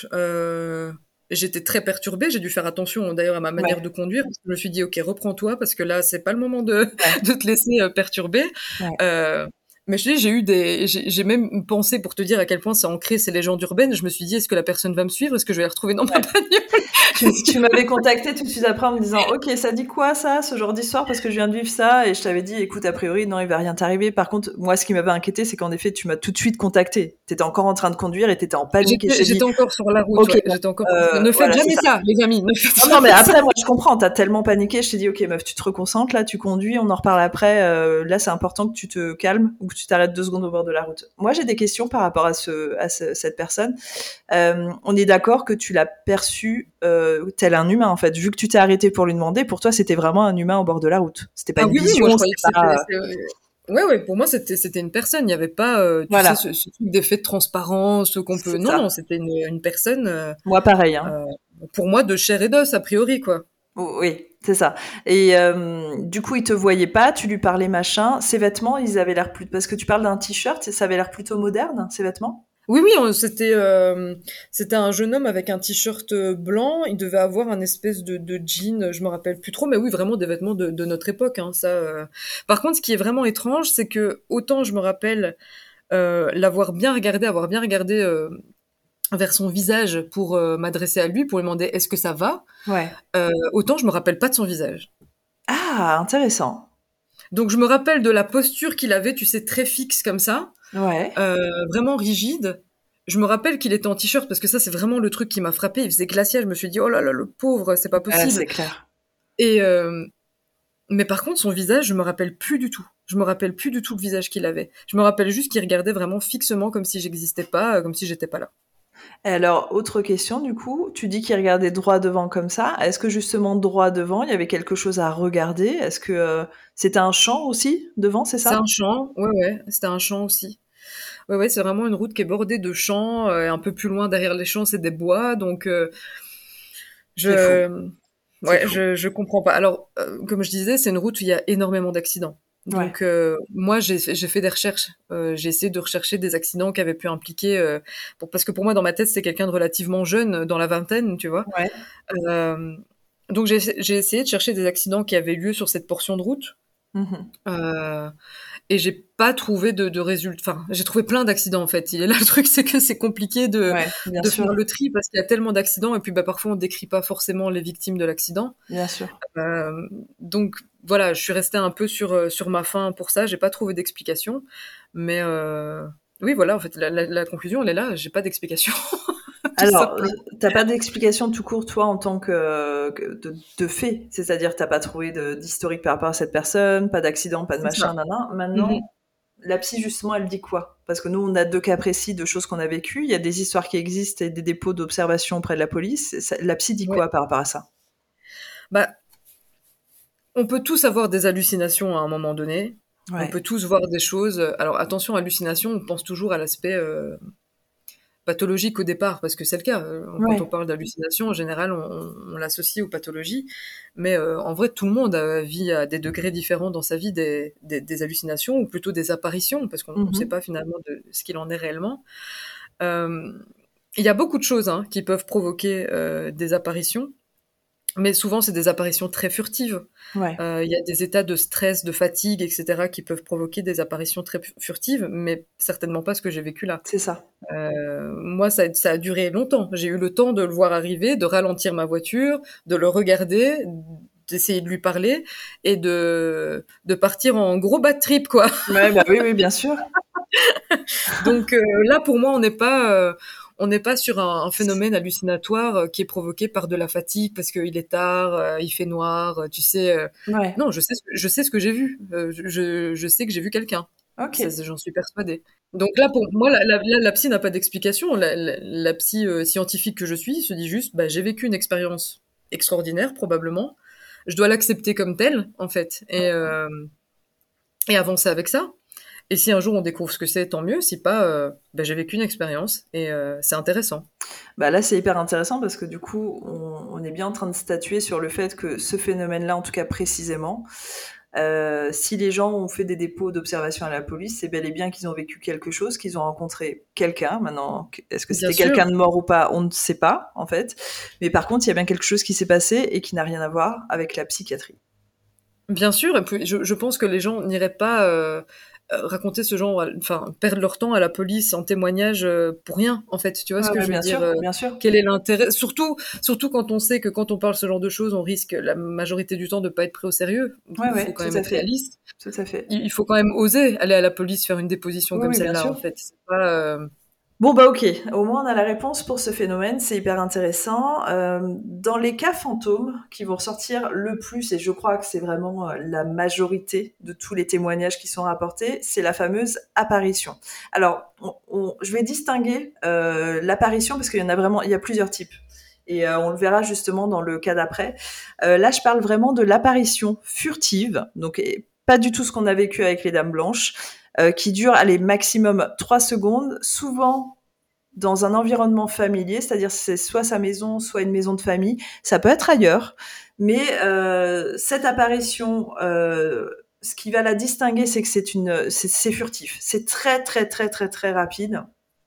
j'étais très perturbée. J'ai dû faire attention, d'ailleurs, à ma manière de Ouais, conduire. Parce que je me suis dit, OK, reprends-toi, parce que là, c'est pas le moment de, ouais, de te laisser perturber. ouais. Euh, mais je dis, j'ai même pensé, pour te dire à quel point c'est ancré ces légendes urbaines, je me suis dit, est-ce que la personne va me suivre? Est-ce que je vais la retrouver dans ma Ouais. bagnole? Tu m'avais contacté tout de suite après en me disant, OK, ça dit quoi ça, ce genre d'histoire, parce que je viens de vivre ça, et je t'avais dit, écoute, a priori, non, il va rien t'arriver. Par contre, moi, ce qui m'avait inquiété, c'est qu'en effet, tu m'as tout de suite contacté. T'étais encore en train de conduire et t'étais en panique, et je t'ai dit, J'étais encore sur la route, OK, ouais. J'étais encore. Ne faites voilà, c'est jamais ça. ça, les amis. Ne Non, faites non, mais jamais ça. après, moi, je comprends. T'as tellement paniqué. Je t'ai dit, OK, meuf, tu te reconcentres, là, tu conduis, on en reparle après. Là, c'est important que tu te calmes ou que tu t'arrêtes 2 secondes au bord de la route. Moi, j'ai des questions par rapport à cette personne. On est d'accord que tu l'as perçu tel un humain, en fait. Vu que tu t'es arrêté pour lui demander, pour toi, c'était vraiment un humain au bord de la route. C'était pas Ah une oui, oui, moi vision, je croyais c'était que c'était. pas. Ouais, ouais, pour moi c'était une personne. Il n'y avait pas, tu sais, Voilà. ce truc d'effet de transparence qu'on peut. C'est Non, non, ça. c'était une personne. Moi, pareil, hein. Euh, pour moi de chair et d'os a priori quoi. Oui, c'est ça. Et du coup, il te voyait pas, tu lui parlais machin. Ses vêtements, ils avaient l'air plus. Parce que tu parles d'un t-shirt, ça avait l'air plutôt moderne, ces vêtements. Oui, oui, c'était un jeune homme avec un t-shirt blanc. Il devait avoir un espèce de jean, je me rappelle plus trop, mais oui, vraiment des vêtements de notre époque. Hein, ça. Par contre, ce qui est vraiment étrange, c'est que autant je me rappelle avoir bien regardé vers son visage pour m'adresser à lui, pour lui demander est-ce que ça va, Ouais. autant je me rappelle pas de son visage. Ah, intéressant. Donc je me rappelle de la posture qu'il avait, tu sais, très fixe comme ça, Ouais. euh, vraiment rigide. Je me rappelle qu'il était en t-shirt parce que ça c'est vraiment le truc qui m'a frappé. Il faisait glacial. Je me suis dit oh là là le pauvre, c'est pas Ouais, possible. c'est clair. Et mais par contre son visage, je me rappelle plus du tout. Je me rappelle plus du tout le visage qu'il avait. Je me rappelle juste qu'il regardait vraiment fixement comme si j'existais pas, comme si j'étais pas là. Et alors, autre question, du coup, tu dis qu'il regardait droit devant comme ça. Est-ce que justement droit devant, il y avait quelque chose à regarder? Est-ce que c'était un champ aussi devant, c'est C'est ça? un champ, ouais ouais, c'était un champ aussi. Ouais, ouais, c'est vraiment une route qui est bordée de champs. Un peu plus loin, derrière les champs, c'est des bois. Donc, C'est fou, je, c'est ouais, fou. je comprends pas. Alors, comme je disais, c'est une route où il y a énormément d'accidents. Ouais. Donc, moi, j'ai fait des recherches. J'ai essayé de rechercher des accidents qui avaient pu impliquer. Parce que pour moi, dans ma tête, c'est quelqu'un de relativement jeune, dans la vingtaine, tu vois. Ouais. Euh, donc, j'ai essayé de chercher des accidents qui avaient lieu sur cette portion de route. Mhm. Euh, Et j'ai pas trouvé de résultat. Enfin, j'ai trouvé plein d'accidents en fait. Il est là le truc, c'est que c'est compliqué Ouais, bien de faire sûr, le tri parce qu'il y a tellement d'accidents et puis bah parfois on décrit pas forcément les victimes de l'accident. bien sûr. Euh, donc voilà, je suis restée un peu sur ma faim pour ça. J'ai pas trouvé d'explication, mais oui voilà en fait la conclusion elle est là. J'ai pas d'explication tout Alors, simplement. t'as pas d'explication tout court, toi, en tant que de fait. C'est-à-dire, t'as pas trouvé d'historique par rapport à cette personne, pas d'accident, pas de C'est ça. machin, nan. Mhm. Maintenant, la psy, justement, elle dit quoi? Parce que nous, on a 2 cas précis de choses qu'on a vécues. Il y a des histoires qui existent et des dépôts d'observation auprès de la police. La psy dit Ouais. quoi par rapport à ça? Bah on peut tous avoir des hallucinations à un moment donné. On Ouais. peut tous voir des choses. Alors attention, hallucination, on pense toujours à l'aspect pathologique au départ, parce que c'est le cas. Quand on Ouais. parle d'hallucination, en général, on l'associe aux pathologies. Mais en vrai, tout le monde vit à des degrés différents dans sa vie des hallucinations, ou plutôt des apparitions, parce qu'on ne sait Mhm. pas finalement de ce qu'il en est réellement. Euh, Il y a beaucoup de choses hein, qui peuvent provoquer des apparitions. Mais souvent, c'est des apparitions très furtives. Ouais. Il y a des états de stress, de fatigue, etc., qui peuvent provoquer des apparitions très furtives, mais certainement pas ce que j'ai vécu là. C'est ça. Moi, ça a duré longtemps. J'ai eu le temps de le voir arriver, de ralentir ma voiture, de le regarder, d'essayer de lui parler et de partir en gros bad trip, quoi. Ouais, bah oui, oui, bien sûr. Donc là, pour moi, On n'est pas sur un phénomène hallucinatoire qui est provoqué par de la fatigue parce qu'il est tard, il fait noir, tu sais. Ouais. Non, je sais ce que j'ai vu. Je sais que j'ai vu quelqu'un. Ça, Ok. j'en suis persuadée. Donc là, pour moi, la psy n'a pas d'explication. La psy scientifique que je suis se dit juste, bah, j'ai vécu une expérience extraordinaire, probablement. Je dois l'accepter comme telle, en fait, et avancer avec ça. Et si un jour on découvre ce que c'est, tant mieux. Si pas, bah, j'ai vécu une expérience et c'est intéressant. Bah là, c'est hyper intéressant parce que du coup, on est bien en train de statuer sur le fait que ce phénomène-là, en tout cas précisément, si les gens ont fait des dépôts d'observation à la police, c'est bel et bien qu'ils ont vécu quelque chose, qu'ils ont rencontré quelqu'un. Maintenant, est-ce que Bien c'était sûr, quelqu'un de mort ou pas? On ne sait pas, en fait. Mais par contre, il y a bien quelque chose qui s'est passé et qui n'a rien à voir avec la psychiatrie. bien sûr. Et puis, je pense que les gens n'iraient pas raconter ce genre, enfin, perdre leur temps à la police en témoignage pour rien, en fait. Tu vois Ouais, ce que ouais, je veux bien dire? sûr, bien sûr. Quel est l'intérêt? Surtout quand on sait que quand on parle ce genre de choses, on risque la majorité du temps de pas être pris au sérieux. Ouais, Il faut ouais, quand tout même à être fait. réaliste. Tout à fait. Il faut quand même oser aller à la police faire une déposition Oui, comme oui, bien celle-là, en sûr. fait. C'est pas, Bon bah ok, au moins on a la réponse pour ce phénomène, c'est hyper intéressant. Dans les cas fantômes qui vont ressortir le plus, et je crois que c'est vraiment la majorité de tous les témoignages qui sont rapportés, c'est la fameuse apparition. Alors, je vais distinguer l'apparition parce qu'il y en a vraiment, il y a plusieurs types. Et on le verra justement dans le cas d'après. Là, je parle vraiment de l'apparition furtive, donc pas du tout ce qu'on a vécu avec les Dames Blanches, qui dure, allez, maximum 3 secondes, souvent dans un environnement familier, c'est-à-dire c'est soit sa maison, soit une maison de famille, ça peut être ailleurs, mais cette apparition, ce qui va la distinguer, c'est que c'est furtif, c'est très très très très très rapide.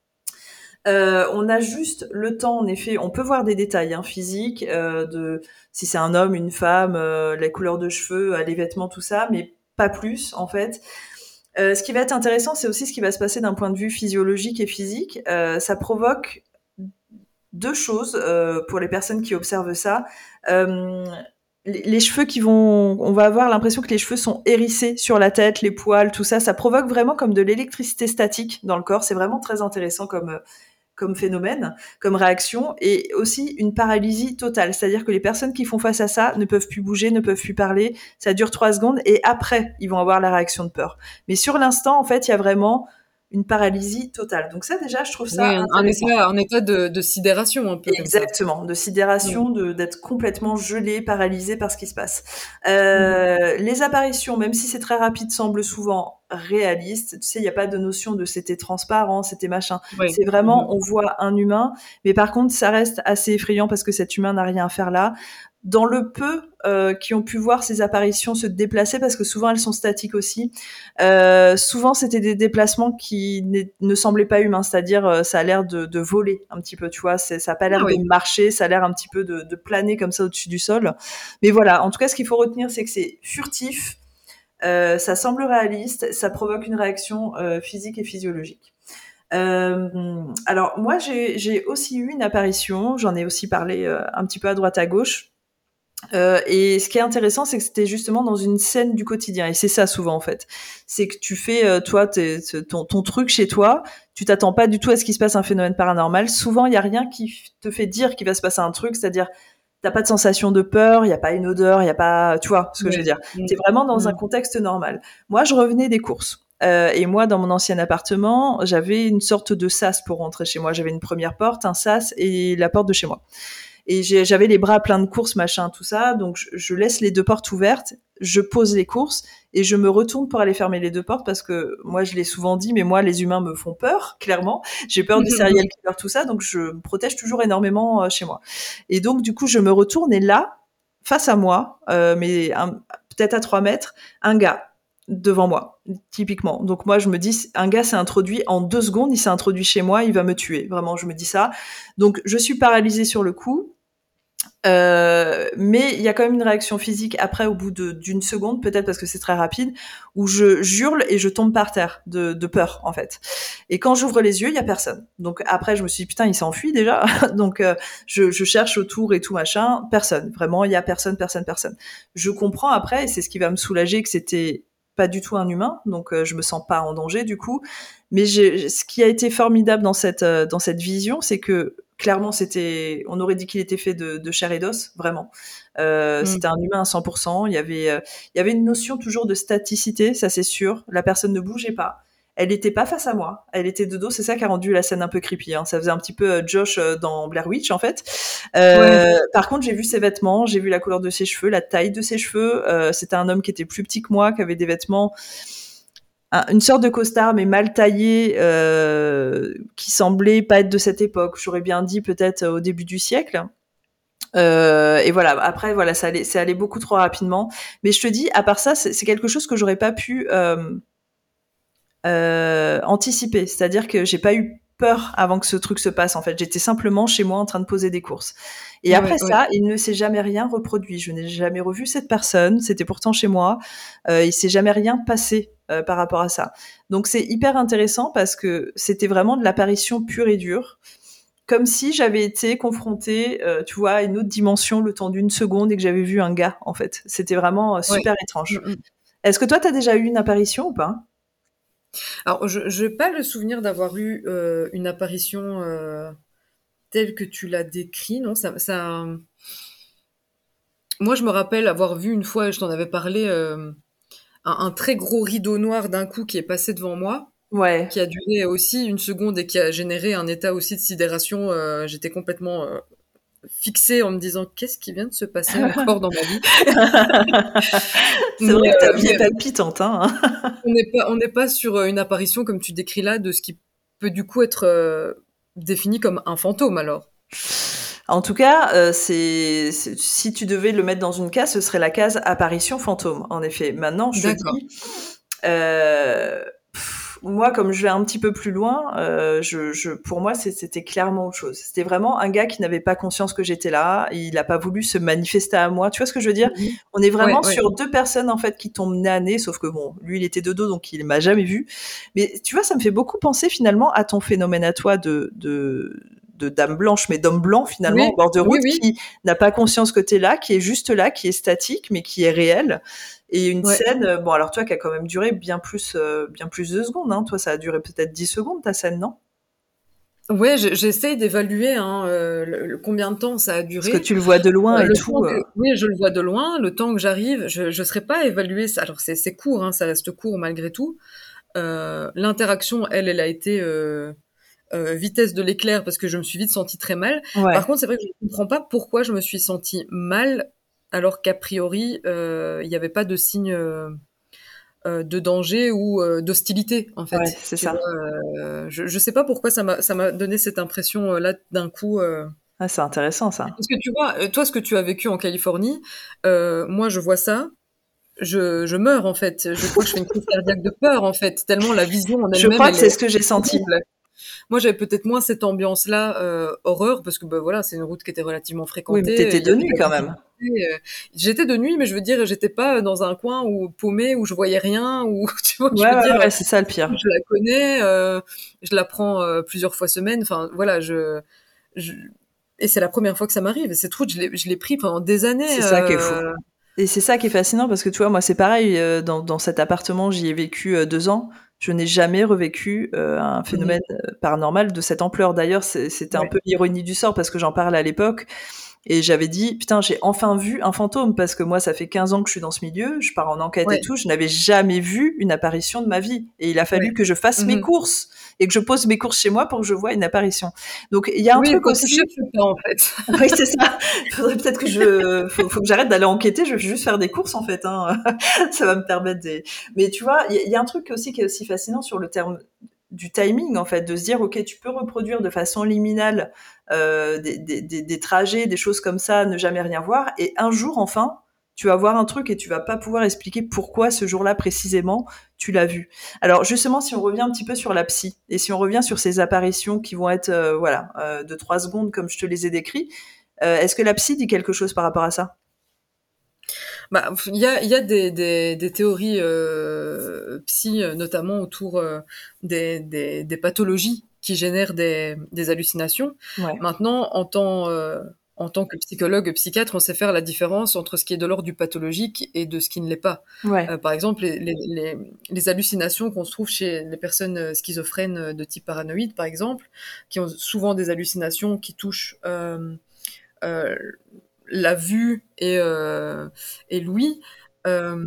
On a juste le temps, en effet, on peut voir des détails physiques, de si c'est un homme, une femme, la couleur de cheveux, les vêtements, tout ça, mais pas plus en fait. Ce qui va être intéressant, c'est aussi ce qui va se passer d'un point de vue physiologique et physique. Ça provoque deux choses pour les personnes qui observent ça. Euh, les cheveux on va avoir l'impression que les cheveux sont hérissés sur la tête, les poils, tout ça, ça provoque vraiment comme de l'électricité statique dans le corps. C'est vraiment très intéressant comme phénomène, comme réaction, et aussi une paralysie totale. C'est-à-dire que les personnes qui font face à ça ne peuvent plus bouger, ne peuvent plus parler. Ça dure 3 secondes et après, ils vont avoir la réaction de peur. Mais sur l'instant, en fait, il y a vraiment une paralysie totale. Donc ça, déjà, je trouve ça oui, intéressant. un état de sidération, un peu comme ça. Exactement, de Mm. sidération, d'être complètement gelé, paralysé par ce qui se passe. Mhm. Les apparitions, même si c'est très rapide, semblent souvent réalistes. Tu sais, il n'y a pas de notion de c'était transparent, c'était machin. Oui. C'est vraiment, Mhm. on voit un humain, mais par contre, ça reste assez effrayant parce que cet humain n'a rien à faire là. Dans le peu qui ont pu voir ces apparitions se déplacer, parce que souvent elles sont statiques aussi, souvent c'était des déplacements qui ne semblaient pas humains, c'est-à-dire ça a l'air de voler un petit peu, tu vois, ça a pas Ah l'air de oui. marcher, ça a l'air un petit peu de planer comme ça au-dessus du sol. Mais voilà, en tout cas ce qu'il faut retenir, c'est que c'est furtif, ça semble réaliste, ça provoque une réaction physique et physiologique. Alors moi j'ai aussi eu une apparition, j'en ai aussi parlé un petit peu à droite à gauche. Et ce qui est intéressant, c'est que c'était justement dans une scène du quotidien. Et c'est ça souvent en fait. C'est que tu fais toi ton truc chez toi, tu t'attends pas du tout à ce qu'il se passe un phénomène paranormal. Souvent, il y a rien qui te fait dire qu'il va se passer un truc, c'est-à-dire t'as pas de sensation de peur, il y a pas une odeur, il y a pas, tu vois ce que je veux Ouais. dire. Mm. T'es vraiment dans un Mm. contexte normal. Moi, je revenais des courses. Et moi, dans mon ancien appartement, j'avais une sorte de sas pour rentrer chez moi. J'avais une première porte, un sas et la porte de chez moi. Et j'avais les bras pleins de courses, machin, tout ça. Donc, je laisse les deux portes ouvertes, je pose les courses et je me retourne pour aller fermer les deux portes parce que moi, je l'ai souvent dit, mais moi, les humains me font peur, clairement. J'ai peur du serial killer, tout ça. Donc, je me protège toujours énormément chez moi. Et donc, du coup, je me retourne et là, face à moi, peut-être à 3 mètres, un gars devant moi, typiquement. Donc moi, je me dis, un gars s'est introduit en 2 secondes, il s'est introduit chez moi, il va me tuer. Vraiment, je me dis ça. Donc, je suis paralysée sur le coup. Mais il y a quand même une réaction physique après, au bout d'une seconde, peut-être parce que c'est très rapide, où je hurle et je tombe par terre de peur, en fait. Et quand j'ouvre les yeux, il y a personne. Donc après, je me suis dit, putain, il s'enfuit déjà. Donc je cherche autour et tout machin, personne. Vraiment, il y a personne, personne, personne. Je comprends après, et c'est ce qui va me soulager, que c'était pas du tout un humain, donc je me sens pas en danger du coup. Mais ce qui a été formidable dans cette vision, c'est que clairement, on aurait dit qu'il était fait de chair et d'os, vraiment. C'était un humain à 100%. Il y avait une notion toujours de staticité, ça c'est sûr. La personne ne bougeait pas. Elle n'était pas face à moi. Elle était de dos. C'est ça qui a rendu la scène un peu creepy. Hein. Ça faisait un petit peu Josh dans Blair Witch, en fait. Par contre, j'ai vu ses vêtements, j'ai vu la couleur de ses cheveux, la taille de ses cheveux. C'était un homme qui était plus petit que moi, qui avait des vêtements, une sorte de costard mais mal taillé, qui semblait pas être de cette époque. J'aurais bien dit peut-être au début du siècle. Et voilà. Après, voilà, c'est allé beaucoup trop rapidement. Mais je te dis, à part ça, c'est quelque chose que j'aurais pas pu anticiper. C'est-à-dire que j'ai pas eu peur avant que ce truc se passe. En fait, j'étais simplement chez moi en train de poser des courses. Et après ça, il ne s'est jamais rien reproduit. Je n'ai jamais revu cette personne. C'était pourtant chez moi. Il s'est jamais rien passé par rapport à ça. Donc c'est hyper intéressant parce que c'était vraiment de l'apparition pure et dure. Comme si j'avais été confrontée, tu vois, à une autre dimension le temps d'une seconde et que j'avais vu un gars, en fait. C'était vraiment super étrange. Est-ce que toi, t'as déjà eu une apparition ou pas? Alors, je n'ai pas le souvenir d'avoir eu une apparition telle que tu l'as décrit, non, Moi, je me rappelle avoir vu une fois, je t'en avais parlé, un très gros rideau noir d'un coup qui est passé devant moi, Ouais. qui a duré aussi une seconde et qui a généré un état aussi de sidération. J'étais complètement fixée en me disant qu'est-ce qui vient de se passer encore dans ma vie. C'est vrai que ta vie est palpitante, hein. On n'est pas sur une apparition comme tu décris là de ce qui peut du coup être défini comme un fantôme alors. En tout cas, si tu devais le mettre dans une case, ce serait la case apparition fantôme, en effet. Maintenant, je te dis, moi, comme je vais un petit peu plus loin, pour moi, c'était clairement autre chose. C'était vraiment un gars qui n'avait pas conscience que j'étais là. Il n'a pas voulu se manifester à moi. Tu vois ce que je veux dire? On est vraiment sur deux personnes en fait qui tombent nez à nez, sauf que bon, lui, il était de dos, donc il m'a jamais vu. Mais tu vois, ça me fait beaucoup penser finalement à ton phénomène à toi de dame blanche, mais d'homme blanc finalement au bord de route, qui n'a pas conscience que t'es là, qui est juste là, qui est statique, mais qui est réel. Et une scène, bon alors toi qui a quand même duré bien plus de secondes, hein. Toi ça a duré peut-être 10 secondes ta scène, non? Ouais, j'essaye d'évaluer combien de temps ça a duré. Parce que tu le vois de loin et tout. Oui, je le vois de loin. Le temps que j'arrive, je serais pas évalué ça. Alors c'est court, hein, ça reste court malgré tout. L'interaction, elle a été vitesse de l'éclair parce que je me suis vite sentie très mal. Ouais. Par contre, c'est vrai que je ne comprends pas pourquoi je me suis sentie mal alors qu'a priori, il n'y avait pas de signe de danger ou d'hostilité, en fait. Ouais, c'est ça. Je sais pas pourquoi ça m'a donné cette impression là d'un coup. Ah, c'est intéressant ça. Parce que tu vois, toi, ce que tu as vécu en Californie, moi, je vois ça. Je meurs en fait. Je crois que je fais une crise cardiaque de peur en fait, tellement la vision en elle-même. Je crois que c'est ce que j'ai senti. Moi, j'avais peut-être moins cette ambiance-là, horreur, parce que bah, voilà, c'est une route qui était relativement fréquentée. Oui, mais t'étais de nuit quand même. J'étais de nuit, mais je veux dire, j'étais pas dans un coin où paumé, où je voyais rien, où tu vois, ouais, c'est ça le pire. Je la connais, je la prends plusieurs fois semaine. Enfin, voilà, et c'est la première fois que ça m'arrive. Et cette route, je l'ai pris pendant des années. C'est ça qui est fou. Et c'est ça qui est fascinant parce que tu vois, moi, c'est pareil. Dans cet appartement, j'y ai vécu 2 ans. Je n'ai jamais revécu un phénomène paranormal de cette ampleur. D'ailleurs, c'était un peu l'ironie du sort parce que j'en parle à l'époque. Et j'avais dit, putain, j'ai enfin vu un fantôme parce que moi, ça fait 15 ans que je suis dans ce milieu, je pars en enquête et tout, je n'avais jamais vu une apparition de ma vie. Et il a fallu que je fasse mes courses et que je pose mes courses chez moi pour que je voie une apparition. Donc, il y a un truc aussi. Pas, en fait. Oui, c'est ça. Il faudrait peut-être que faut que j'arrête d'aller enquêter, je vais juste faire des courses, en fait, hein. Ça va me permettre mais tu vois, il y a un truc aussi qui est aussi fascinant sur le terme du timing, en fait, de se dire, ok, tu peux reproduire de façon liminale des trajets, des choses comme ça, ne jamais rien voir, et un jour, enfin, tu vas voir un truc et tu vas pas pouvoir expliquer pourquoi ce jour-là précisément tu l'as vu. Alors justement, si on revient un petit peu sur la psy et si on revient sur ces apparitions qui vont être de 3 secondes comme je te les ai décrits, est-ce que la psy dit quelque chose par rapport à ça? Bah, il y a des théories psy, notamment autour des pathologies qui génèrent des hallucinations. Ouais. Maintenant, en en tant que psychologue, psychiatre, on sait faire la différence entre ce qui est de l'ordre du pathologique et de ce qui ne l'est pas. Ouais. Par exemple, les hallucinations qu'on se trouve chez les personnes schizophrènes de type paranoïde, par exemple, qui ont souvent des hallucinations qui touchent euh, la vue et l'ouïe. Euh,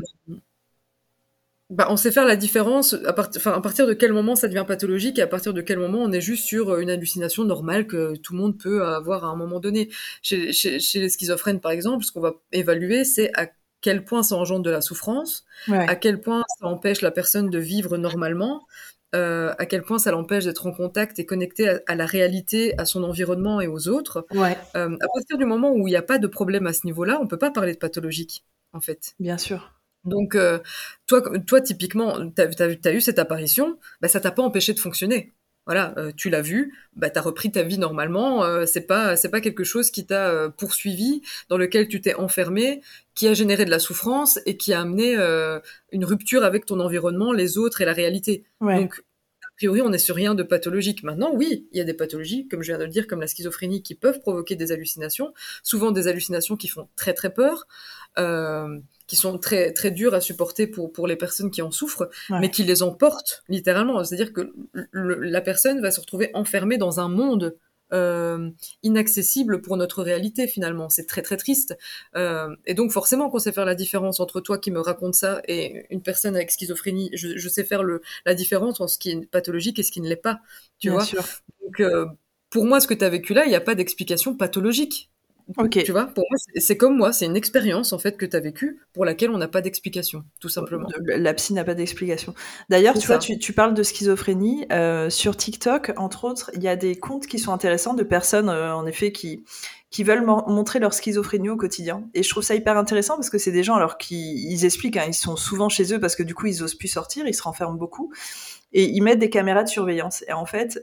on sait faire la différence à partir de quel moment ça devient pathologique et à partir de quel moment on est juste sur une hallucination normale que tout le monde peut avoir à un moment donné. Chez les schizophrènes, par exemple, ce qu'on va évaluer, c'est à quel point ça engendre de la souffrance, à Ouais. quel point ça empêche la personne de vivre normalement, à quel point ça l'empêche d'être en contact et connecté à la réalité, à son environnement et aux autres. Ouais. À partir du moment où il n'y a pas de problème à ce niveau-là, on peut pas parler de pathologique, en fait. Bien sûr. Donc, toi, typiquement, t'as eu cette apparition, bah, ça t'a pas empêché de fonctionner. Voilà, tu l'as vu, bah, t'as repris ta vie normalement. C'est pas quelque chose qui t'a poursuivi, dans lequel tu t'es enfermé, qui a généré de la souffrance et qui a amené une rupture avec ton environnement, les autres et la réalité. Ouais. Donc, a priori, on n'est sur rien de pathologique. Maintenant, oui, il y a des pathologies, comme je viens de le dire, comme la schizophrénie, qui peuvent provoquer des hallucinations, souvent des hallucinations qui font très très peur, qui sont très très dures à supporter pour les personnes qui en souffrent, mais Ouais. qui les emportent littéralement. C'est-à-dire que la personne va se retrouver enfermée dans un monde inaccessible pour notre réalité finalement. C'est très très triste. Et donc forcément qu'on sait faire la différence entre toi qui me raconte ça et une personne avec schizophrénie. Je sais faire la différence entre ce qui est pathologique et ce qui ne l'est pas. Tu Bien vois. sûr. Donc pour moi, ce que tu as vécu là, il n'y a pas d'explication pathologique. Tu OK. vois, pour moi, c'est comme moi, c'est une expérience en fait que tu as vécue pour laquelle on n'a pas d'explication, tout simplement. La psy n'a pas d'explication. D'ailleurs, C'est tu vois, ça. tu parles de schizophrénie. Sur TikTok, entre autres, il y a des comptes qui sont intéressants de personnes, en effet, qui veulent montrer leur schizophrénie au quotidien. Et je trouve ça hyper intéressant parce que c'est des gens, alors qui ils expliquent, hein, ils sont souvent chez eux parce que du coup, ils osent plus sortir, ils se renferment beaucoup. Et ils mettent des caméras de surveillance. Et en fait,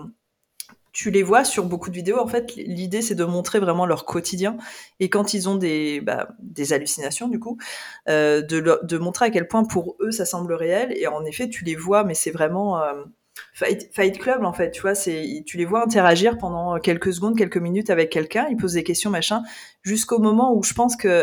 tu les vois sur beaucoup de vidéos. En fait, l'idée, c'est de montrer vraiment leur quotidien. Et quand ils ont des hallucinations, du coup, de montrer à quel point pour eux, ça semble réel. Et en effet, tu les vois, mais c'est vraiment Fight Club, en fait. Tu vois, tu les vois interagir pendant quelques secondes, quelques minutes avec quelqu'un. Ils posent des questions, machin, jusqu'au moment où je pense que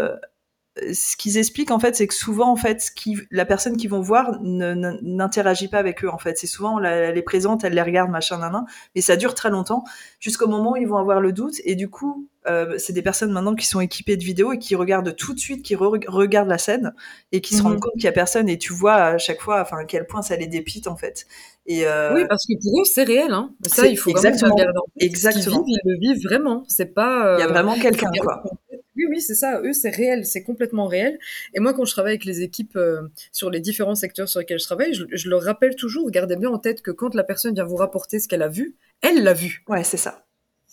ce qu'ils expliquent en fait, c'est que souvent en fait, la personne qu'ils vont voir n'interagit pas avec eux en fait. C'est souvent elle est présente, elle les regarde, machin, nanan, mais ça dure très longtemps jusqu'au moment où ils vont avoir le doute. Et du coup, c'est des personnes maintenant qui sont équipées de vidéos et qui regardent tout de suite, qui regardent la scène et qui se rendent Mhm. compte qu'il y a personne. Et tu vois à chaque fois, enfin à quel point ça les dépite en fait. Et Oui, parce que pour eux, c'est réel, hein. Ça, il c'est faut vraiment bien le exactement, garder en tête. Ce qu'ils vivent, exactement. ils le vivent vraiment. C'est pas, Il y a vraiment il faut quelqu'un garder quoi. en tête. Oui, oui, c'est ça. Eux, c'est réel, c'est complètement réel. Et moi, quand je travaille avec les équipes sur les différents secteurs sur lesquels je travaille, je leur rappelle toujours, gardez bien en tête que quand la personne vient vous rapporter ce qu'elle a vu, elle l'a vu. Ouais, c'est ça.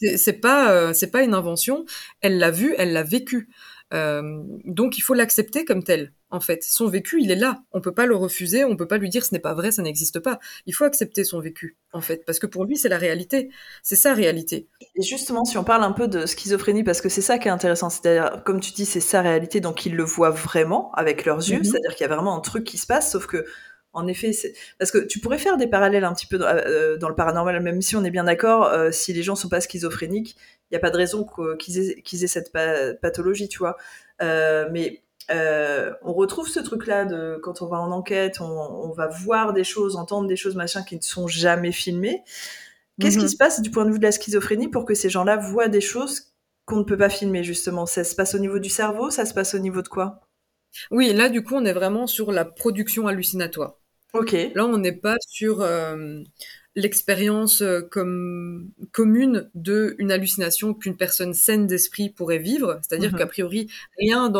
C'est pas une invention. Elle l'a vu, elle l'a vécu. Donc il faut l'accepter comme tel. En fait, son vécu, il est là. On peut pas le refuser. On peut pas lui dire ce n'est pas vrai, ça n'existe pas. Il faut accepter son vécu, en fait, parce que pour lui, c'est la réalité. C'est sa réalité. Et justement, si on parle un peu de schizophrénie, parce que c'est ça qui est intéressant, c'est-à-dire, comme tu dis, c'est sa réalité, donc ils le voient vraiment avec leurs yeux, Mhm. c'est-à-dire qu'il y a vraiment un truc qui se passe, sauf que, en effet, parce que tu pourrais faire des parallèles un petit peu dans le paranormal, même si on est bien d'accord, si les gens sont pas schizophréniques, il n'y a pas de raison qu'ils aient cette pathologie, tu vois. Mais on retrouve ce truc-là de quand on va en enquête, on va voir des choses, entendre des choses, machin, qui ne sont jamais filmées. Qu'est-ce qui se Mhm. passe du point de vue de la schizophrénie pour que ces gens-là voient des choses qu'on ne peut pas filmer, justement? Ça se passe au niveau du cerveau? Ça se passe au niveau de quoi? Oui, là, du coup, on est vraiment sur la production hallucinatoire. Ok. Là, on n'est pas sur l'expérience comme commune de une hallucination qu'une personne saine d'esprit pourrait vivre. C'est-à-dire qu'a Mhm. priori, rien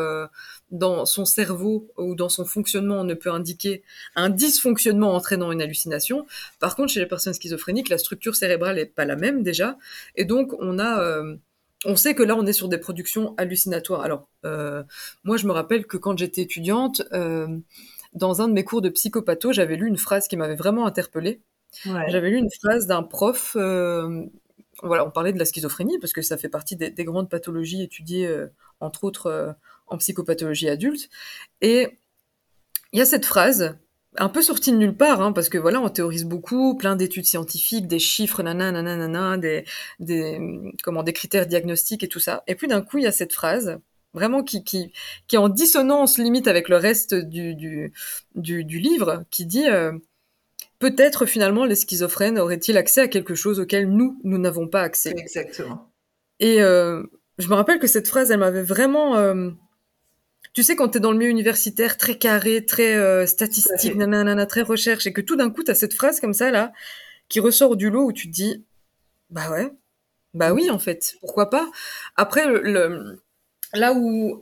dans son cerveau ou dans son fonctionnement ne peut indiquer un dysfonctionnement entraînant une hallucination. Par contre, chez les personnes schizophréniques, la structure cérébrale n'est pas la même déjà. Et donc, on sait que là, on est sur des productions hallucinatoires. Alors, moi, je me rappelle que quand j'étais étudiante, dans un de mes cours de psychopatho, j'avais lu une phrase qui m'avait vraiment interpellée. Ouais. J'avais lu une phrase d'un prof. Voilà, on parlait de la schizophrénie parce que ça fait partie des grandes pathologies étudiées, entre autres en psychopathologie adulte. Et il y a cette phrase un peu sorti de nulle part, hein, parce que voilà, on théorise beaucoup, plein d'études scientifiques, des chiffres, nanana, nanana, des critères diagnostiques et tout ça. Et puis d'un coup, il y a cette phrase, vraiment qui est en dissonance limite avec le reste du livre, qui dit peut-être finalement les schizophrènes auraient-ils accès à quelque chose auquel nous n'avons pas accès. Exactement. Et je me rappelle que cette phrase, elle m'avait vraiment tu sais, quand t'es dans le milieu universitaire très carré, très Tout à statistique, fait. nanana, très recherche, et que tout d'un coup, t'as cette phrase comme ça, là, qui ressort du lot où tu te dis, bah ouais, bah oui, Mhm. en fait, pourquoi pas. Après, là où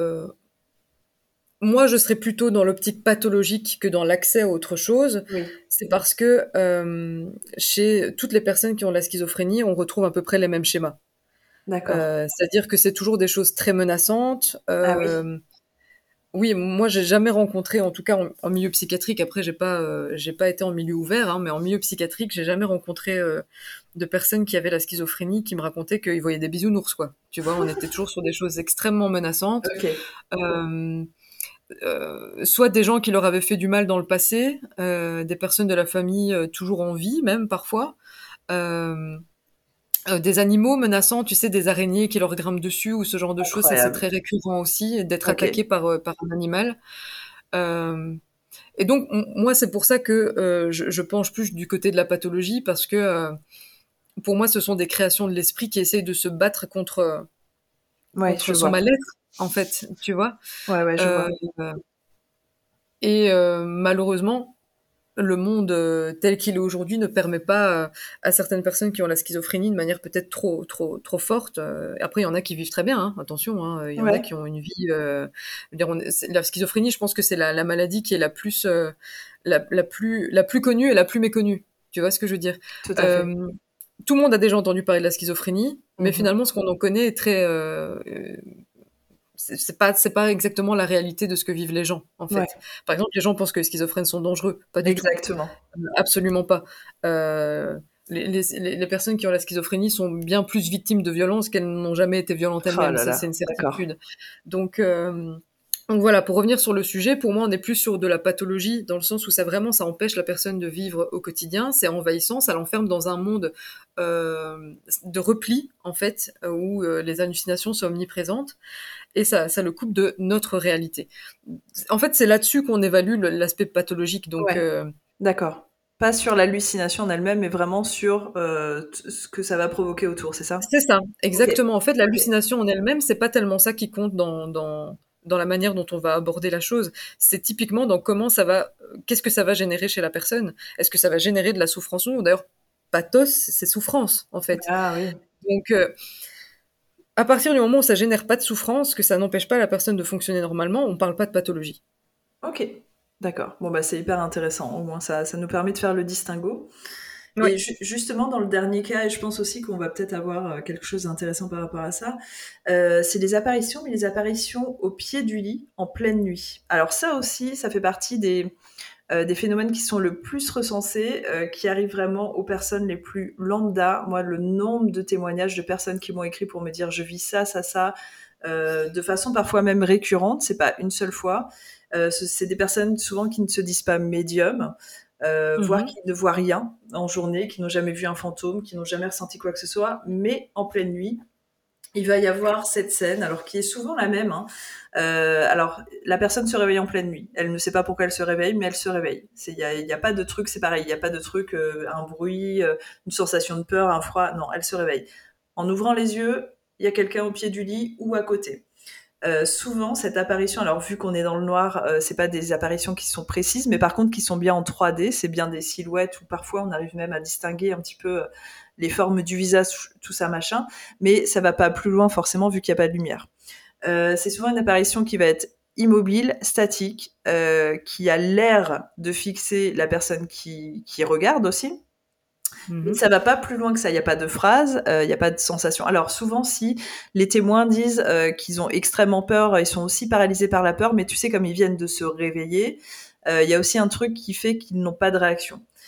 moi, je serais plutôt dans l'optique pathologique que dans l'accès à autre chose, Oui, c'est parce que chez toutes les personnes qui ont la schizophrénie, on retrouve à peu près les mêmes schémas. d'accord. C'est-à-dire que c'est toujours des choses très menaçantes. Ah oui, Oui, moi j'ai jamais rencontré, en tout cas en milieu psychiatrique. Après, j'ai pas été en milieu ouvert, hein, mais en milieu psychiatrique, j'ai jamais rencontré de personnes qui avaient la schizophrénie qui me racontaient qu'ils voyaient des bisounours, quoi. Tu vois, on était toujours sur des choses extrêmement menaçantes. ok. Euh, Soit des gens qui leur avaient fait du mal dans le passé, des personnes de la famille toujours en vie, même parfois. Euh, des animaux menaçants, tu sais, des araignées qui leur grimpent dessus ou ce genre de choses, ça c'est Incroyable. très récurrent aussi, d'être Ok. attaqué par un animal. Euh, et donc, moi, c'est pour ça que je penche plus du côté de la pathologie, parce que pour moi, ce sont des créations de l'esprit qui essayent de se battre Ouais, contre je son vois. mal-être, en fait, tu vois. Ouais, ouais, je Euh, vois. et malheureusement, le monde tel qu'il est aujourd'hui ne permet pas à certaines personnes qui ont la schizophrénie de manière peut-être trop forte. Après, il y en a qui vivent très bien, hein, attention. Hein, il y en a Ouais, qui ont une vie. Je veux dire, la schizophrénie, je pense que c'est la maladie qui est la plus, la plus connue et la plus méconnue. Tu vois ce que je veux dire? tout à fait. Euh, Tout le monde a déjà entendu parler de la schizophrénie, mais Mhm. finalement, ce qu'on en connaît est très c'est pas exactement la réalité de ce que vivent les gens, en Ouais, fait. Par exemple, les gens pensent que les schizophrènes sont dangereux. Pas du tout. exactement. Absolument pas. Euh, les personnes qui ont la schizophrénie sont bien plus victimes de violences qu'elles n'ont jamais été violentes Oh elles-mêmes. là Ça, c'est là, une d'accord. certitude. Donc, euh, donc voilà, pour revenir sur le sujet, pour moi, on est plus sur de la pathologie, dans le sens où ça vraiment, ça empêche la personne de vivre au quotidien, c'est envahissant, ça l'enferme dans un monde de repli, en fait, où les hallucinations sont omniprésentes, et ça le coupe de notre réalité. En fait, c'est là-dessus qu'on évalue l'aspect pathologique. Donc, Ouais, d'accord. Pas sur l'hallucination en elle-même, mais vraiment sur ce que ça va provoquer autour, c'est ça? c'est ça, Ok, exactement. En fait, ok. l'hallucination en elle-même, c'est pas tellement ça qui compte dans la manière dont on va aborder la chose. C'est typiquement dans comment ça va, qu'est-ce que ça va générer chez la personne. Est-ce que ça va générer de la souffrance ou d'ailleurs, pathos, c'est souffrance, en fait. Ah oui, Donc, à partir du moment où ça génère pas de souffrance, que ça n'empêche pas la personne de fonctionner normalement, on parle pas de pathologie. ok. D'accord. Bon, bah, c'est hyper intéressant. Au moins, ça nous permet de faire le distinguo. Ouais. Et justement, dans le dernier cas, et je pense aussi qu'on va peut-être avoir quelque chose d'intéressant par rapport à ça, c'est les apparitions, mais les apparitions au pied du lit en pleine nuit. Alors ça aussi, ça fait partie des phénomènes qui sont le plus recensés, qui arrivent vraiment aux personnes les plus lambda. Moi, le nombre de témoignages de personnes qui m'ont écrit pour me dire je vis ça, ça, ça, de façon parfois même récurrente, c'est pas une seule fois. C'est des personnes souvent qui ne se disent pas médium, voire Mhm. qui ne voient rien en journée, qui n'ont jamais vu un fantôme, qui n'ont jamais ressenti quoi que ce soit, mais en pleine nuit, il va y avoir cette scène, alors qui est souvent la même. Hein. Alors, la personne se réveille en pleine nuit. Elle ne sait pas pourquoi elle se réveille, mais elle se réveille. Il y a pas de truc, c'est pareil. Il n'y a pas de truc, un bruit, une sensation de peur, un froid. Non, elle se réveille. En ouvrant les yeux, il y a quelqu'un au pied du lit ou à côté. Souvent, cette apparition, alors vu qu'on est dans le noir, c'est pas des apparitions qui sont précises, mais par contre qui sont bien en 3D, c'est bien des silhouettes où parfois on arrive même à distinguer un petit peu les formes du visage, tout ça machin, mais ça va pas plus loin forcément vu qu'il n'y a pas de lumière. C'est souvent une apparition qui va être immobile, statique, qui a l'air de fixer la personne qui regarde aussi, mais Mhm. ça va pas plus loin que ça. Il y a pas de phrase, il y a pas de sensation. Alors souvent, si les témoins disent qu'ils ont extrêmement peur, ils sont aussi paralysés par la peur, mais tu sais, comme ils viennent de se réveiller, il y a aussi un truc qui fait qu'ils n'ont pas de réaction.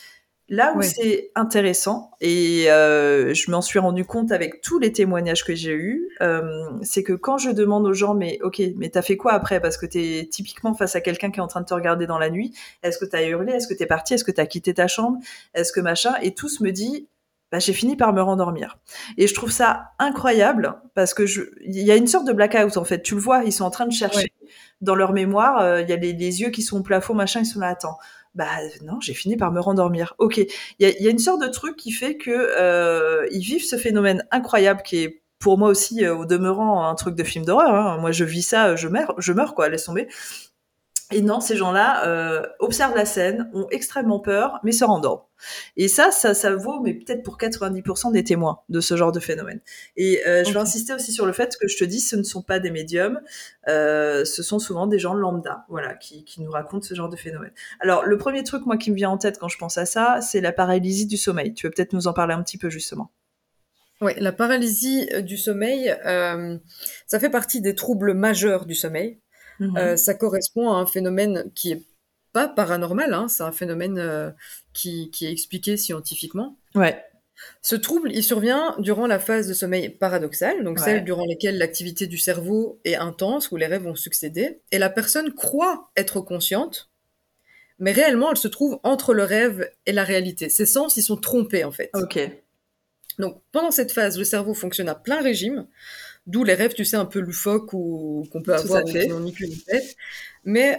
Là où Ouais. c'est intéressant, et je m'en suis rendu compte avec tous les témoignages que j'ai eus, c'est que quand je demande aux gens, mais ok, mais t'as fait quoi après? Parce que t'es typiquement face à quelqu'un qui est en train de te regarder dans la nuit. Est-ce que t'as hurlé? Est-ce que t'es parti? Est-ce que t'as quitté ta chambre? Est-ce que machin? Et tous me disent, bah, j'ai fini par me rendormir. Et je trouve ça incroyable parce que il y a une sorte de blackout en fait. Tu le vois, ils sont en train de chercher Ouais. dans leur mémoire. Il y a les yeux qui sont au plafond, machin. Ils sont là, attends. Bah non, j'ai fini par me rendormir. Ok, il y a une sorte de truc qui fait que ils vivent ce phénomène incroyable qui est pour moi aussi au demeurant un truc de film d'horreur. Hein. Moi, je vis ça, je meurs quoi, laisse tomber. Et non, ces gens-là observent la scène, ont extrêmement peur, mais se rendorment. Et ça vaut, mais peut-être pour 90% des témoins de ce genre de phénomène. Et je veux Ok. insister aussi sur le fait que je te dis, ce ne sont pas des médiums, ce sont souvent des gens lambda, voilà, qui nous racontent ce genre de phénomène. Alors, le premier truc, moi, qui me vient en tête quand je pense à ça, c'est la paralysie du sommeil. Tu veux peut-être nous en parler un petit peu, justement. Ouais, la paralysie du sommeil, ça fait partie des troubles majeurs du sommeil. Mhm. Ça correspond à un phénomène qui est pas paranormal, hein, c'est un phénomène qui est expliqué scientifiquement. Ouais, Ce trouble, il survient durant la phase de sommeil paradoxal, donc celle ouais, durant laquelle l'activité du cerveau est intense, où les rêves vont succéder, et la personne croit être consciente, mais réellement, elle se trouve entre le rêve et la réalité. Ses sens, ils sont trompés, en fait. ok, Donc, pendant cette phase, le cerveau fonctionne à plein régime, d'où les rêves, tu sais, un peu loufoques ou qu'on peut tout à avoir ou qui n'ont fait, ni queue ni tête. Mais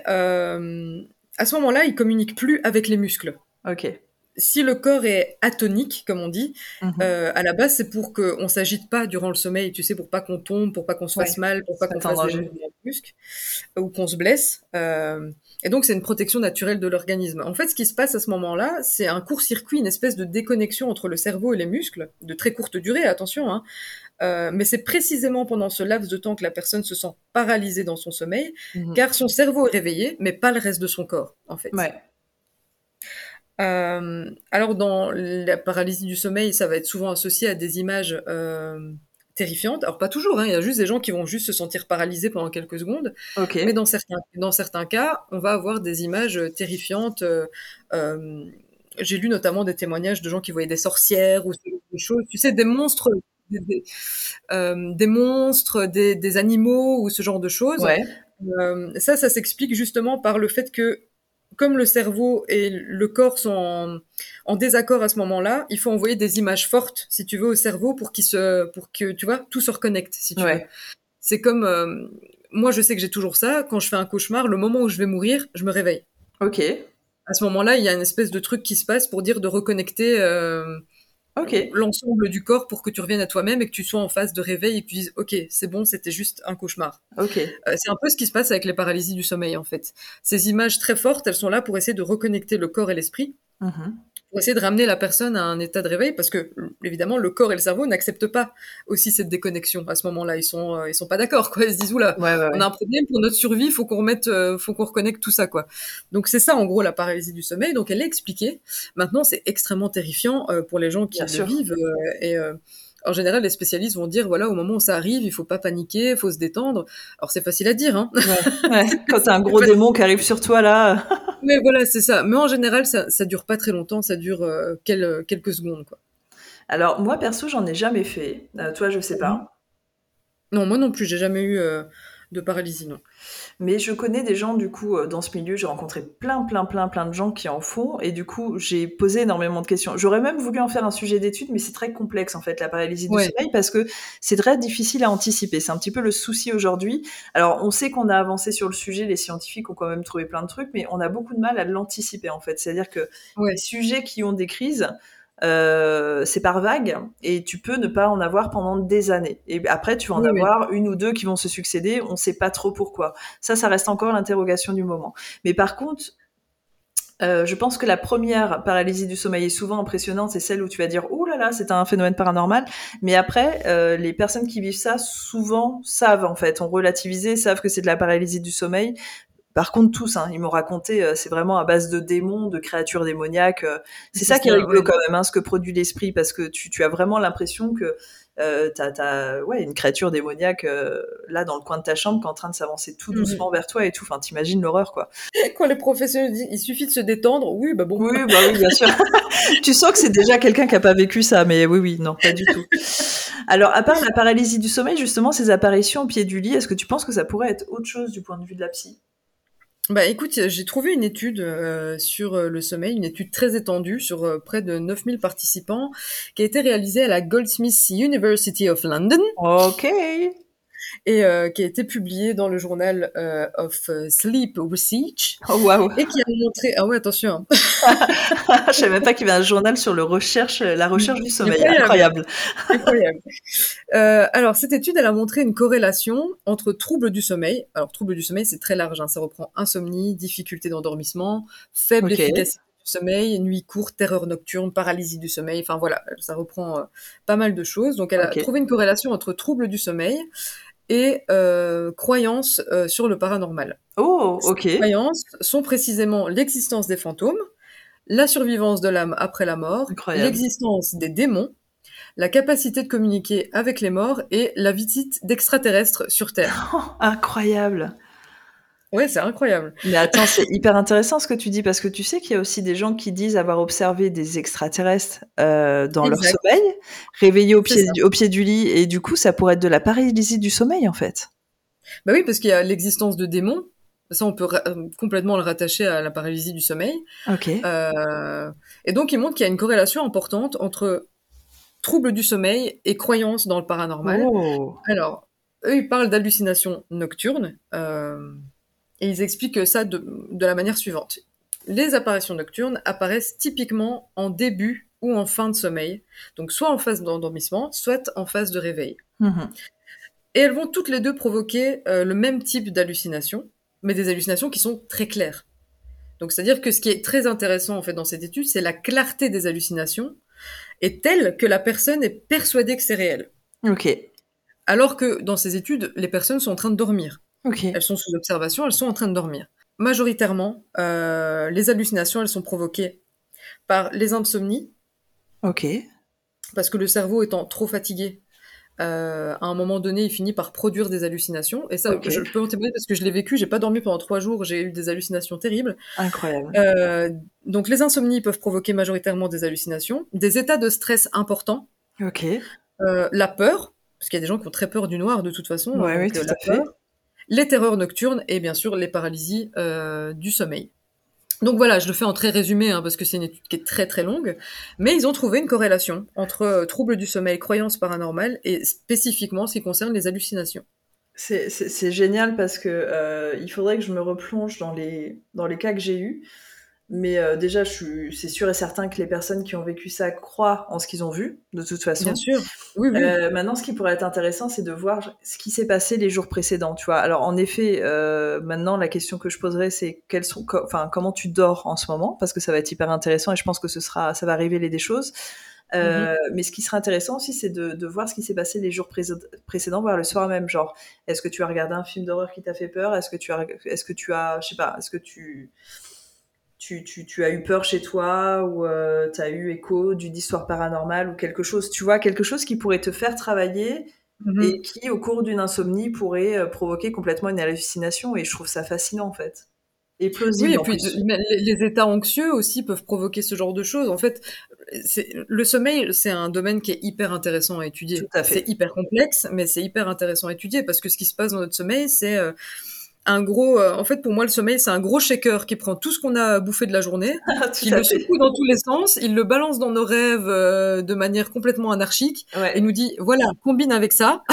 à ce moment-là, il communique plus avec les muscles. ok. Si le corps est atonique, comme on dit, Mhm. à la base, c'est pour qu'on s'agite pas durant le sommeil, tu sais, pour pas qu'on tombe, pour pas qu'on se fasse Ouais, mal, pour se pas qu'on mettre en fasse des danger. mouvements brusques, ou qu'on se blesse. Et donc, c'est une protection naturelle de l'organisme. En fait, ce qui se passe à ce moment-là, c'est un court-circuit, une espèce de déconnexion entre le cerveau et les muscles, de très courte durée, attention, hein. Mais c'est précisément pendant ce laps de temps que la personne se sent paralysée dans son sommeil, Mhm. car son cerveau est réveillé, mais pas le reste de son corps, en fait. Ouais, Alors dans la paralysie du sommeil, ça va être souvent associé à des images terrifiantes. Alors pas toujours, hein, il y a juste des gens qui vont juste se sentir paralysés pendant quelques secondes, ok, mais dans certains cas, on va avoir des images terrifiantes. Euh, j'ai lu notamment des témoignages de gens qui voyaient des sorcières ou ce genre de choses, tu sais, des monstres, des monstres, des animaux ou ce genre de choses. ouais, Ça s'explique justement par le fait que comme le cerveau et le corps sont en désaccord à ce moment-là, il faut envoyer des images fortes, si tu veux, au cerveau pour que, tu vois, tout se reconnecte, si tu veux. ouais, C'est comme, moi, je sais que j'ai toujours ça. Quand je fais un cauchemar, le moment où je vais mourir, je me réveille. ok, À ce moment-là, il y a une espèce de truc qui se passe pour dire de reconnecter ok, l'ensemble du corps pour que tu reviennes à toi-même et que tu sois en phase de réveil et que tu dises, ok, c'est bon, c'était juste un cauchemar. ok. C'est un peu ce qui se passe avec les paralysies du sommeil, en fait. Ces images très fortes, elles sont là pour essayer de reconnecter le corps et l'esprit, Mhm. pour essayer de ramener la personne à un état de réveil, parce que, évidemment, le corps et le cerveau n'acceptent pas aussi cette déconnexion à ce moment-là. Ils sont pas d'accord, quoi. Ils se disent, oula, Ouais, ouais, on a ouais. un problème pour notre survie, faut qu'on reconnecte tout ça, quoi. Donc c'est ça, en gros, la paralysie du sommeil. Donc elle est expliquée. Maintenant, c'est extrêmement terrifiant pour les gens qui Bien le sûr. vivent. En général, les spécialistes vont dire, voilà, au moment où ça arrive, il faut pas paniquer, il faut se détendre. Alors c'est facile à dire, hein. Ouais, ouais. Quand t'as un C'est gros facile. démon qui arrive sur toi, là. Mais voilà, c'est ça. Mais en général, ça dure pas très longtemps, ça dure quelques secondes, quoi. Alors, moi, perso, j'en ai jamais fait. Toi, je sais Mhm. pas. Non, moi non plus, j'ai jamais eu de paralysie, non. Mais je connais des gens, du coup, dans ce milieu, j'ai rencontré plein, plein, plein, plein de gens qui en font, et du coup, j'ai posé énormément de questions. J'aurais même voulu en faire un sujet d'étude, mais c'est très complexe, en fait, la paralysie du Ouais, sommeil, parce que c'est très difficile à anticiper. C'est un petit peu le souci aujourd'hui. Alors, on sait qu'on a avancé sur le sujet, les scientifiques ont quand même trouvé plein de trucs, mais on a beaucoup de mal à l'anticiper, en fait. C'est-à-dire que les ouais, sujets qui ont des crises, c'est par vague et tu peux ne pas en avoir pendant des années. Et après, tu vas en oui, oui. avoir une ou deux qui vont se succéder. On ne sait pas trop pourquoi. Ça reste encore l'interrogation du moment. Mais par contre, je pense que la première paralysie du sommeil est souvent impressionnante, c'est celle où tu vas dire ouh là là, c'est un phénomène paranormal. Mais après, les personnes qui vivent ça souvent savent en fait, ont relativisé, savent que c'est de la paralysie du sommeil. Par contre, tous, hein, ils m'ont raconté, c'est vraiment à base de démons, de créatures démoniaques. C'est C'est ça qui est ça, rigolo ouais. quand même, hein, ce que produit l'esprit, parce que tu as vraiment l'impression que t'as une créature démoniaque là dans le coin de ta chambre qui est en train de s'avancer tout doucement vers toi et tout. Enfin, t'imagines l'horreur, quoi. Quand les professionnels disent il suffit de se détendre, oui, bah bon. Oui, bah oui, bien sûr. Tu sens que c'est déjà quelqu'un qui a pas vécu ça, mais oui, non, pas du tout. Alors, à part la paralysie du sommeil, justement, ces apparitions au pied du lit, est-ce que tu penses que ça pourrait être autre chose du point de vue de la psy? Bah écoute, j'ai trouvé une étude sur le sommeil, une étude très étendue sur près de 9000 participants, qui a été réalisée à la Goldsmiths University of London Ok. et qui a été publiée dans le journal of Sleep Research Oh, waouh. et qui a montré... Ah ouais, attention, hein. Je savais même pas qu'il y avait un journal sur la recherche du sommeil. Incroyable. Incroyable. Incroyable. Alors, cette étude, elle a montré une corrélation entre troubles du sommeil. Alors, troubles du sommeil, c'est très large, hein, ça reprend insomnie, difficulté d'endormissement, faible Ok. efficacité du sommeil, nuit courte, terreur nocturne, paralysie du sommeil. Enfin voilà, ça reprend pas mal de choses. Donc, elle a Ok. trouvé une corrélation entre troubles du sommeil et croyances sur le paranormal. Oh, Ces ok. croyances sont précisément l'existence des fantômes, la survivance de l'âme après la mort, Incroyable. l'existence des démons, la capacité de communiquer avec les morts et la visite d'extraterrestres sur Terre. Oh, incroyable. Ouais, c'est incroyable. Mais attends, c'est hyper intéressant ce que tu dis parce que tu sais qu'il y a aussi des gens qui disent avoir observé des extraterrestres dans leur Exact, sommeil, réveillés c'est ça. au pied du lit, et du coup, ça pourrait être de la paralysie du sommeil en fait. Bah oui, parce qu'il y a l'existence de démons. Ça, on peut complètement le rattacher à la paralysie du sommeil. Ok. Et donc, il montre qu'il y a une corrélation importante entre troubles du sommeil et croyances dans le paranormal. Oh. Alors, eux, ils parlent d'hallucinations nocturnes. Et ils expliquent ça de la manière suivante. Les apparitions nocturnes apparaissent typiquement en début ou en fin de sommeil, donc soit en phase d'endormissement, soit en phase de réveil. Mhm. Et elles vont toutes les deux provoquer le même type d'hallucinations, mais des hallucinations qui sont très claires. Donc c'est-à-dire que ce qui est très intéressant en fait dans cette étude, c'est la clarté des hallucinations est telle que la personne est persuadée que c'est réel. Ok. Alors que dans ces études, les personnes sont en train de dormir. Ok. Elles sont sous observation, elles sont en train de dormir. Majoritairement, les hallucinations, elles sont provoquées par les insomnies, Ok. parce que le cerveau étant trop fatigué, à un moment donné, il finit par produire des hallucinations. Et ça, Ok. je peux en témoigner parce que je l'ai vécu, j'ai pas dormi pendant 3 jours, j'ai eu des hallucinations terribles. Incroyable. Donc les insomnies peuvent provoquer majoritairement des hallucinations, des états de stress importants, Ok. la peur, parce qu'il y a des gens qui ont très peur du noir de toute façon, Ouais, oui, donc tout la à peur, fait. les terreurs nocturnes et bien sûr les paralysies du sommeil. Donc voilà, je le fais en très résumé hein, parce que c'est une étude qui est très très longue, mais ils ont trouvé une corrélation entre troubles du sommeil, croyances paranormales et spécifiquement ce qui concerne les hallucinations. C'est génial parce que il faudrait que je me replonge dans les cas que j'ai eus. Mais déjà, c'est sûr et certain que les personnes qui ont vécu ça croient en ce qu'ils ont vu, de toute Bien façon. sûr, oui, oui. Maintenant, ce qui pourrait être intéressant, c'est de voir ce qui s'est passé les jours précédents, tu vois. Alors, en effet, maintenant, la question que je poserais, c'est comment tu dors en ce moment, parce que ça va être hyper intéressant et je pense que ça va révéler des choses. Mhm. Mais ce qui serait intéressant aussi, c'est de voir ce qui s'est passé les jours précédents, voire le soir même. Genre, est-ce que tu as regardé un film d'horreur qui t'a fait peur? Est-ce que tu as, je sais pas, est-ce que tu as eu peur chez toi ou tu as eu écho d'une histoire paranormale ou quelque chose, tu vois, quelque chose qui pourrait te faire travailler et Mhm. qui, au cours d'une insomnie, pourrait provoquer complètement une hallucination. Et je trouve ça fascinant, en fait. Et Oui, plausible, et en puis plus. les états anxieux aussi peuvent provoquer ce genre de choses. En fait, le sommeil, c'est un domaine qui est hyper intéressant à Tout étudier. à C'est fait. hyper complexe, mais c'est hyper intéressant à étudier parce que ce qui se passe dans notre sommeil, c'est un gros. En fait, pour moi, le sommeil, c'est un gros shaker qui prend tout ce qu'on a bouffé de la journée, qui Tout le à fait. secoue dans tous les sens, il le balance dans nos rêves de manière complètement anarchique et Ouais. nous dit voilà, combine avec ça.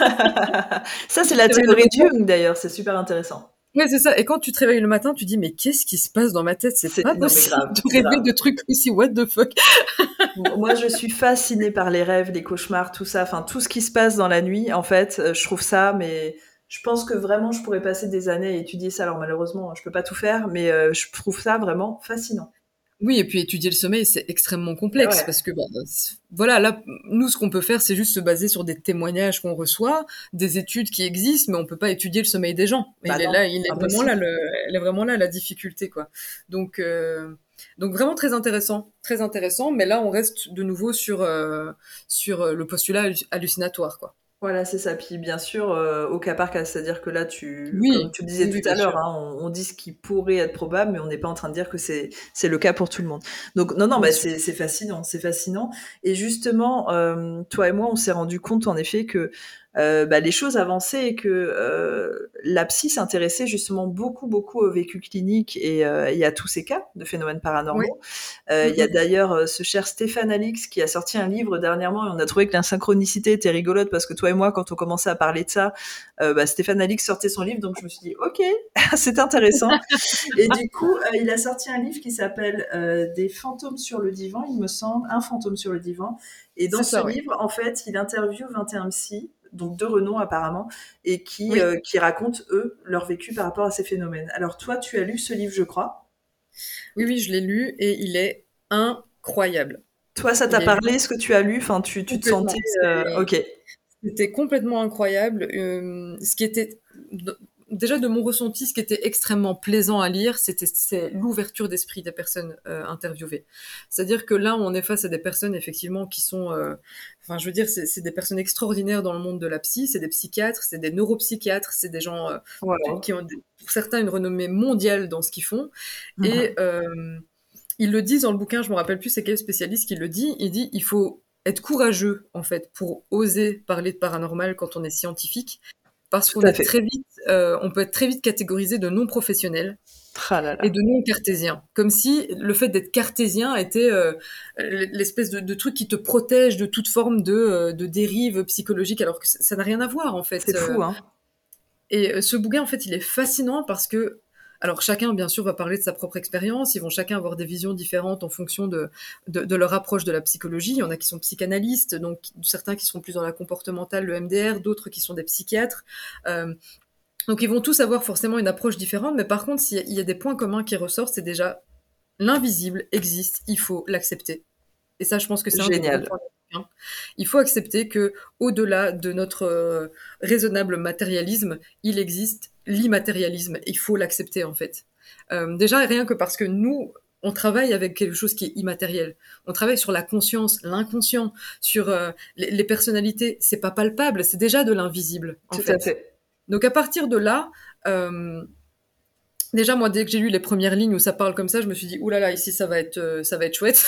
Ça, c'est Tu la te réveilles le théorie du matin. Jung, d'ailleurs. C'est super intéressant. Ouais, c'est ça. Et quand tu te réveilles le matin, tu dis mais qu'est-ce qui se passe dans ma tête? C'est pas Non, mais possible grave, de rêver grave. de trucs aussi what the fuck. Moi, je suis fascinée par les rêves, les cauchemars, tout ça. Enfin, tout ce qui se passe dans la nuit, en fait, je trouve ça, mais je pense que vraiment, je pourrais passer des années à étudier ça. Alors, malheureusement, je peux pas tout faire, mais je trouve ça vraiment fascinant. Oui, et puis étudier le sommeil, c'est extrêmement Ah complexe ouais. parce que voilà, là, nous, ce qu'on peut faire, c'est juste se baser sur des témoignages qu'on reçoit, des études qui existent, mais on peut pas étudier le sommeil des gens. Et Bah non, il est vraiment là, impossible. elle est vraiment là la difficulté, quoi. Donc, euh, donc vraiment très intéressant. Mais là, on reste de nouveau sur le postulat hallucinatoire, quoi. Voilà, c'est ça. Puis bien sûr, au cas par cas, c'est-à-dire que là, comme Oui, tu le disais oui, tout oui, à bien l'heure, sûr, hein, on dit ce qui pourrait être probable, mais on n'est pas en train de dire que c'est le cas pour tout le monde. Donc non, non, bien bah, sûr. c'est fascinant, c'est fascinant. Et justement, toi et moi, on s'est rendu compte en effet que bah, les choses avançaient et que la psy s'intéressait justement beaucoup, beaucoup au vécu clinique et à tous ces cas de phénomènes Oui. paranormaux. Mm, Il y a mm. d'ailleurs ce cher Stéphane Alix qui a sorti un livre dernièrement et on a trouvé que l'insynchronicité était rigolote parce que toi et moi, quand on commençait à parler de ça, bah, Stéphane Alix sortait son livre, donc je me suis dit, ok, c'est intéressant. Et du coup, il a sorti un livre qui s'appelle Des fantômes sur le divan, il me semble, Un fantôme sur le divan. Et dans C'est ce ça, oui. livre, en fait, il interviewe 21 psy, donc de renom apparemment, et Oui. qui racontent, eux, leur vécu par rapport à ces phénomènes. Alors toi, tu as lu ce livre, je crois. Oui, oui, je l'ai lu et il est incroyable. Toi, ça Il t'a est parlé, ce que tu as lu? Enfin, tu te sentais... complètement. Ok. C'était complètement incroyable. Ce qui était déjà de mon ressenti, ce qui était extrêmement plaisant à lire, c'est l'ouverture d'esprit des personnes interviewées. C'est-à-dire que là, on est face à des personnes effectivement qui sont, enfin, je veux dire, c'est des personnes extraordinaires dans le monde de la psy. C'est des psychiatres, c'est des neuropsychiatres, c'est des gens Wow. qui ont pour certains une renommée mondiale dans ce qu'ils font. Et Mhm. ils le disent dans le bouquin, je me rappelle plus c'est quel spécialiste qui le dit. Il dit il faut être courageux en fait pour oser parler de paranormal quand on est scientifique, parce Tout qu'on à est fait. très vite, on peut être très vite catégorisé de non professionnel Ah là et là. de non cartésien, comme si le fait d'être cartésien était l'espèce de truc qui te protège de toute forme de dérive psychologique, alors que ça n'a rien à voir en fait. C'est fou, hein. Et ce bouquin, en fait, il est fascinant parce que, alors chacun, bien sûr, va parler de sa propre expérience, ils vont chacun avoir des visions différentes en fonction de leur approche de la psychologie. Il y en a qui sont psychanalystes, donc certains qui seront plus dans la comportementale, le MDR, d'autres qui sont des psychiatres. Euh, donc ils vont tous avoir forcément une approche différente, mais par contre, s'il y a des points communs qui ressortent, c'est déjà l'invisible existe, il faut l'accepter. Et ça, je pense que c'est un des gros Génial. points. Hein. Il faut accepter que, au-delà de notre raisonnable matérialisme, il existe l'immatérialisme. Il faut l'accepter en fait. Déjà, rien que parce que nous, on travaille avec quelque chose qui est immatériel. On travaille sur la conscience, l'inconscient, sur les personnalités. C'est pas palpable, c'est déjà de l'invisible en Tout à fait. fait. Donc à partir de là, euh, déjà, moi, dès que j'ai lu les premières lignes où ça parle comme ça, je me suis dit, oulala, ici, ça va être chouette.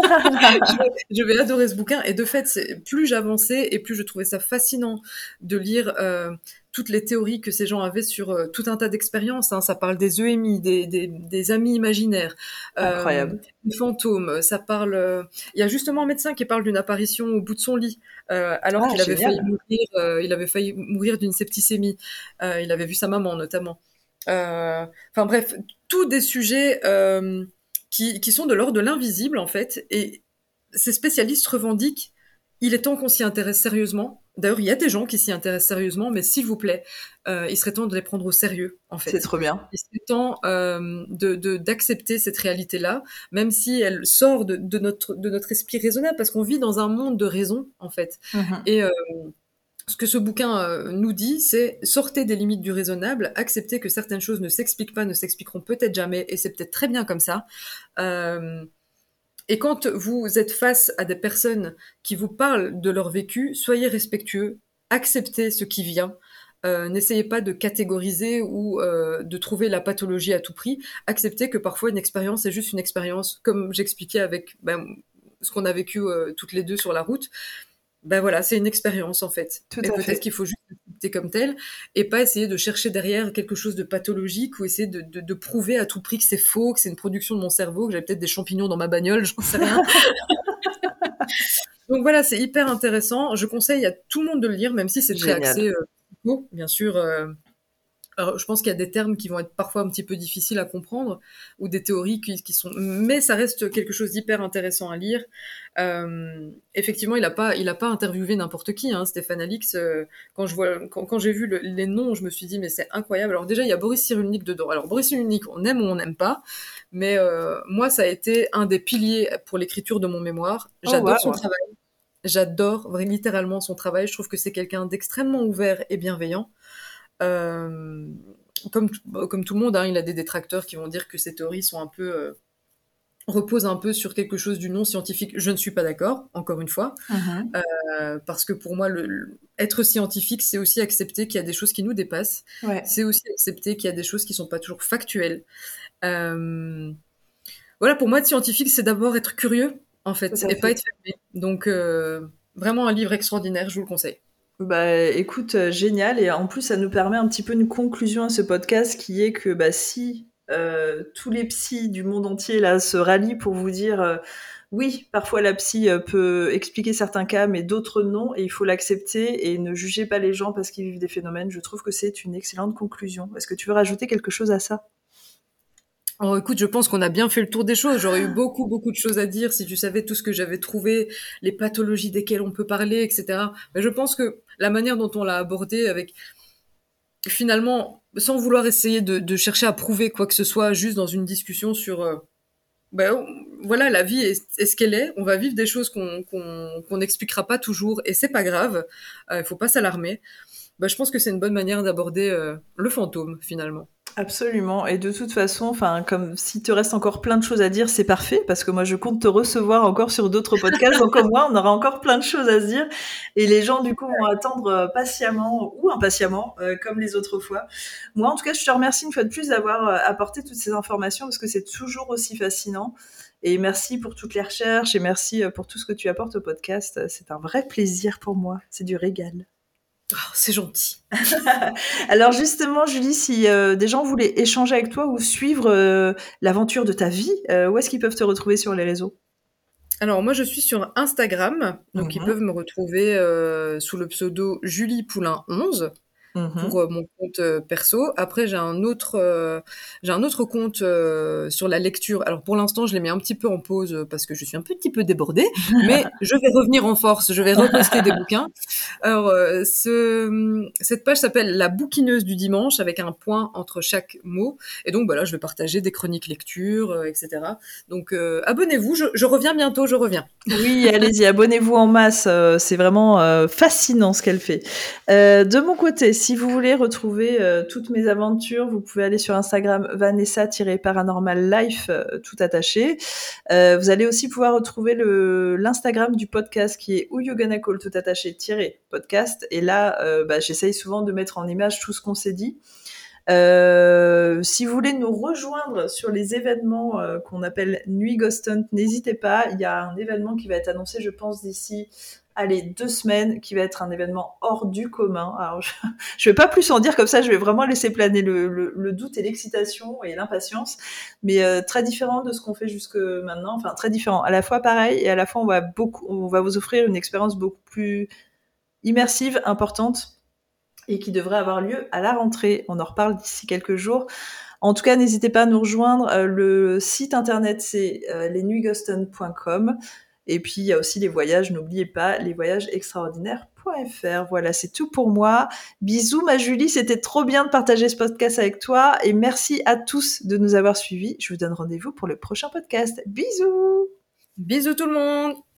Je vais adorer ce bouquin. Et de fait, plus j'avançais et plus je trouvais ça fascinant de lire toutes les théories que ces gens avaient sur tout un tas d'expériences. Hein. Ça parle des EMI, des amis imaginaires, Incroyable. des fantômes. Ça parle. Il y a justement un médecin qui parle d'une apparition au bout de son lit, alors Ah, qu'il avait failli génial. mourir. Il avait failli mourir d'une septicémie. Il avait vu sa maman notamment. Enfin bref, tous des sujets qui sont de l'ordre de l'invisible en fait. Et ces spécialistes revendiquent, il est temps qu'on s'y intéresse sérieusement. D'ailleurs, il y a des gens qui s'y intéressent sérieusement, mais s'il vous plaît, il serait temps de les prendre au sérieux en C'est fait. trop bien. Il serait temps d'accepter cette réalité-là, même si elle sort de notre esprit raisonnable, parce qu'on vit dans un monde de raison en fait. Mhm. Et ce que ce bouquin nous dit, c'est sortez des limites du raisonnable, acceptez que certaines choses ne s'expliquent pas, ne s'expliqueront peut-être jamais, et c'est peut-être très bien comme ça. Euh, et quand vous êtes face à des personnes qui vous parlent de leur vécu, soyez respectueux, acceptez ce qui vient. N'essayez pas de catégoriser ou de trouver la pathologie à tout prix. Acceptez que parfois une expérience est juste une expérience, comme j'expliquais avec ce qu'on a vécu toutes les deux sur la route. Ben voilà, c'est une expérience en fait. Tout Et à peut-être fait. qu'il faut juste l'accepter comme tel et pas essayer de chercher derrière quelque chose de pathologique ou essayer de prouver à tout prix que c'est faux, que c'est une production de mon cerveau, que j'avais peut-être des champignons dans ma bagnole, j'en sais rien. Donc voilà, c'est hyper intéressant. Je conseille à tout le monde de le lire, même si c'est très Génial. axé psycho, bien sûr. Alors, je pense qu'il y a des termes qui vont être parfois un petit peu difficiles à comprendre, ou des théories qui sont, mais ça reste quelque chose d'hyper intéressant à lire. Effectivement, il a pas interviewé n'importe qui, hein, Stéphane Alix. Quand j'ai vu les noms, je me suis dit, mais c'est incroyable. Alors déjà, il y a Boris Cyrulnik dedans. Alors Boris Cyrulnik, on aime ou on n'aime pas, mais moi, ça a été un des piliers pour l'écriture de mon mémoire. Oh, J'adore son waouh. travail. J'adore littéralement son travail. Je trouve que c'est quelqu'un d'extrêmement ouvert et bienveillant. Euh, comme tout le monde, hein, il a des détracteurs qui vont dire que ces théories sont un peu reposent un peu sur quelque chose du non scientifique. Je ne suis pas d'accord, encore une fois, Mhm. parce que pour moi, être scientifique, c'est aussi accepter qu'il y a des choses qui nous dépassent. Ouais, C'est aussi accepter qu'il y a des choses qui sont pas toujours factuelles. Euh, voilà, pour moi, être scientifique, c'est d'abord être curieux, en tout fait, à et pas fait. être fermé. Donc, vraiment un livre extraordinaire, je vous le conseille. Bah, écoute, génial. Et en plus, ça nous permet un petit peu une conclusion à ce podcast qui est que bah, si tous les psys du monde entier là se rallient pour vous dire oui, parfois la psy peut expliquer certains cas, mais d'autres non, et il faut l'accepter et ne jugez pas les gens parce qu'ils vivent des phénomènes. Je trouve que c'est une excellente conclusion. Est-ce que tu veux rajouter quelque chose à ça? Oh, écoute, je pense qu'on a bien fait le tour des choses. J'aurais eu beaucoup, beaucoup de choses à dire si tu savais tout ce que j'avais trouvé, les pathologies desquelles on peut parler, etc. Mais je pense que la manière dont on l'a abordé avec, finalement, sans vouloir essayer de chercher à prouver quoi que ce soit, juste dans une discussion sur, ben, voilà, la vie est ce qu'elle est. On va vivre des choses qu'on n'expliquera pas toujours, et c'est pas grave. Il faut pas s'alarmer. Ben, je pense que c'est une bonne manière d'aborder le fantôme, finalement. Absolument. Et de toute façon, enfin, comme s'il te reste encore plein de choses à dire, c'est parfait parce que moi, je compte te recevoir encore sur d'autres podcasts. Donc, comme moi, on aura encore plein de choses à se dire. Et les gens, du coup, vont attendre patiemment ou impatiemment, comme les autres fois. Moi, en tout cas, je te remercie une fois de plus d'avoir apporté toutes ces informations parce que c'est toujours aussi fascinant. Et merci pour toutes les recherches et merci pour tout ce que tu apportes au podcast. C'est un vrai plaisir pour moi. C'est du régal. Oh, c'est gentil. Alors justement, Julie, si des gens voulaient échanger avec toi ou suivre l'aventure de ta vie, où est-ce qu'ils peuvent te retrouver sur les réseaux? Alors moi je suis sur Instagram, donc ils Mhm, peuvent me retrouver sous le pseudo Julie Poulain 11 pour mhm. mon compte perso. Après j'ai un autre compte sur la lecture. Alors pour l'instant je l'ai mis un petit peu en pause parce que je suis un petit peu débordée, mais je vais revenir en force. Je vais reposter des bouquins. Alors cette page s'appelle La bouquineuse du dimanche avec un point entre chaque mot. Et donc bah là je vais partager des chroniques lecture, etc. Donc abonnez-vous. Je reviens bientôt. Je reviens. Oui, allez-y, abonnez-vous en masse. C'est vraiment fascinant ce qu'elle fait. De mon côté, si vous voulez retrouver toutes mes aventures, vous pouvez aller sur Instagram Vanessa-Paranormal Life, tout attaché. Vous allez aussi pouvoir retrouver l'Instagram du podcast qui est Who You Gonna Call, tout attaché, podcast. Et là, bah, j'essaye souvent de mettre en image tout ce qu'on s'est dit. Si vous voulez nous rejoindre sur les événements qu'on appelle Nuit Ghost Hunt, n'hésitez pas. Il y a un événement qui va être annoncé, je pense, d'ici allez, 2 semaines, qui va être un événement hors du commun. Alors, je vais pas plus en dire comme ça, je vais vraiment laisser planer le doute et l'excitation et l'impatience, mais très différent de ce qu'on fait jusque maintenant. Enfin, très différent. À la fois pareil et à la fois on va vous offrir une expérience beaucoup plus immersive, importante et qui devrait avoir lieu à la rentrée. On en reparle d'ici quelques jours. En tout cas, n'hésitez pas à nous rejoindre. Le site internet, c'est lesnuitsguston.com. Et puis, il y a aussi les voyages, n'oubliez pas, lesvoyagesextraordinaires.fr. Voilà, c'est tout pour moi. Bisous, ma Julie, c'était trop bien de partager ce podcast avec toi. Et merci à tous de nous avoir suivis. Je vous donne rendez-vous pour le prochain podcast. Bisous! Bisous tout le monde.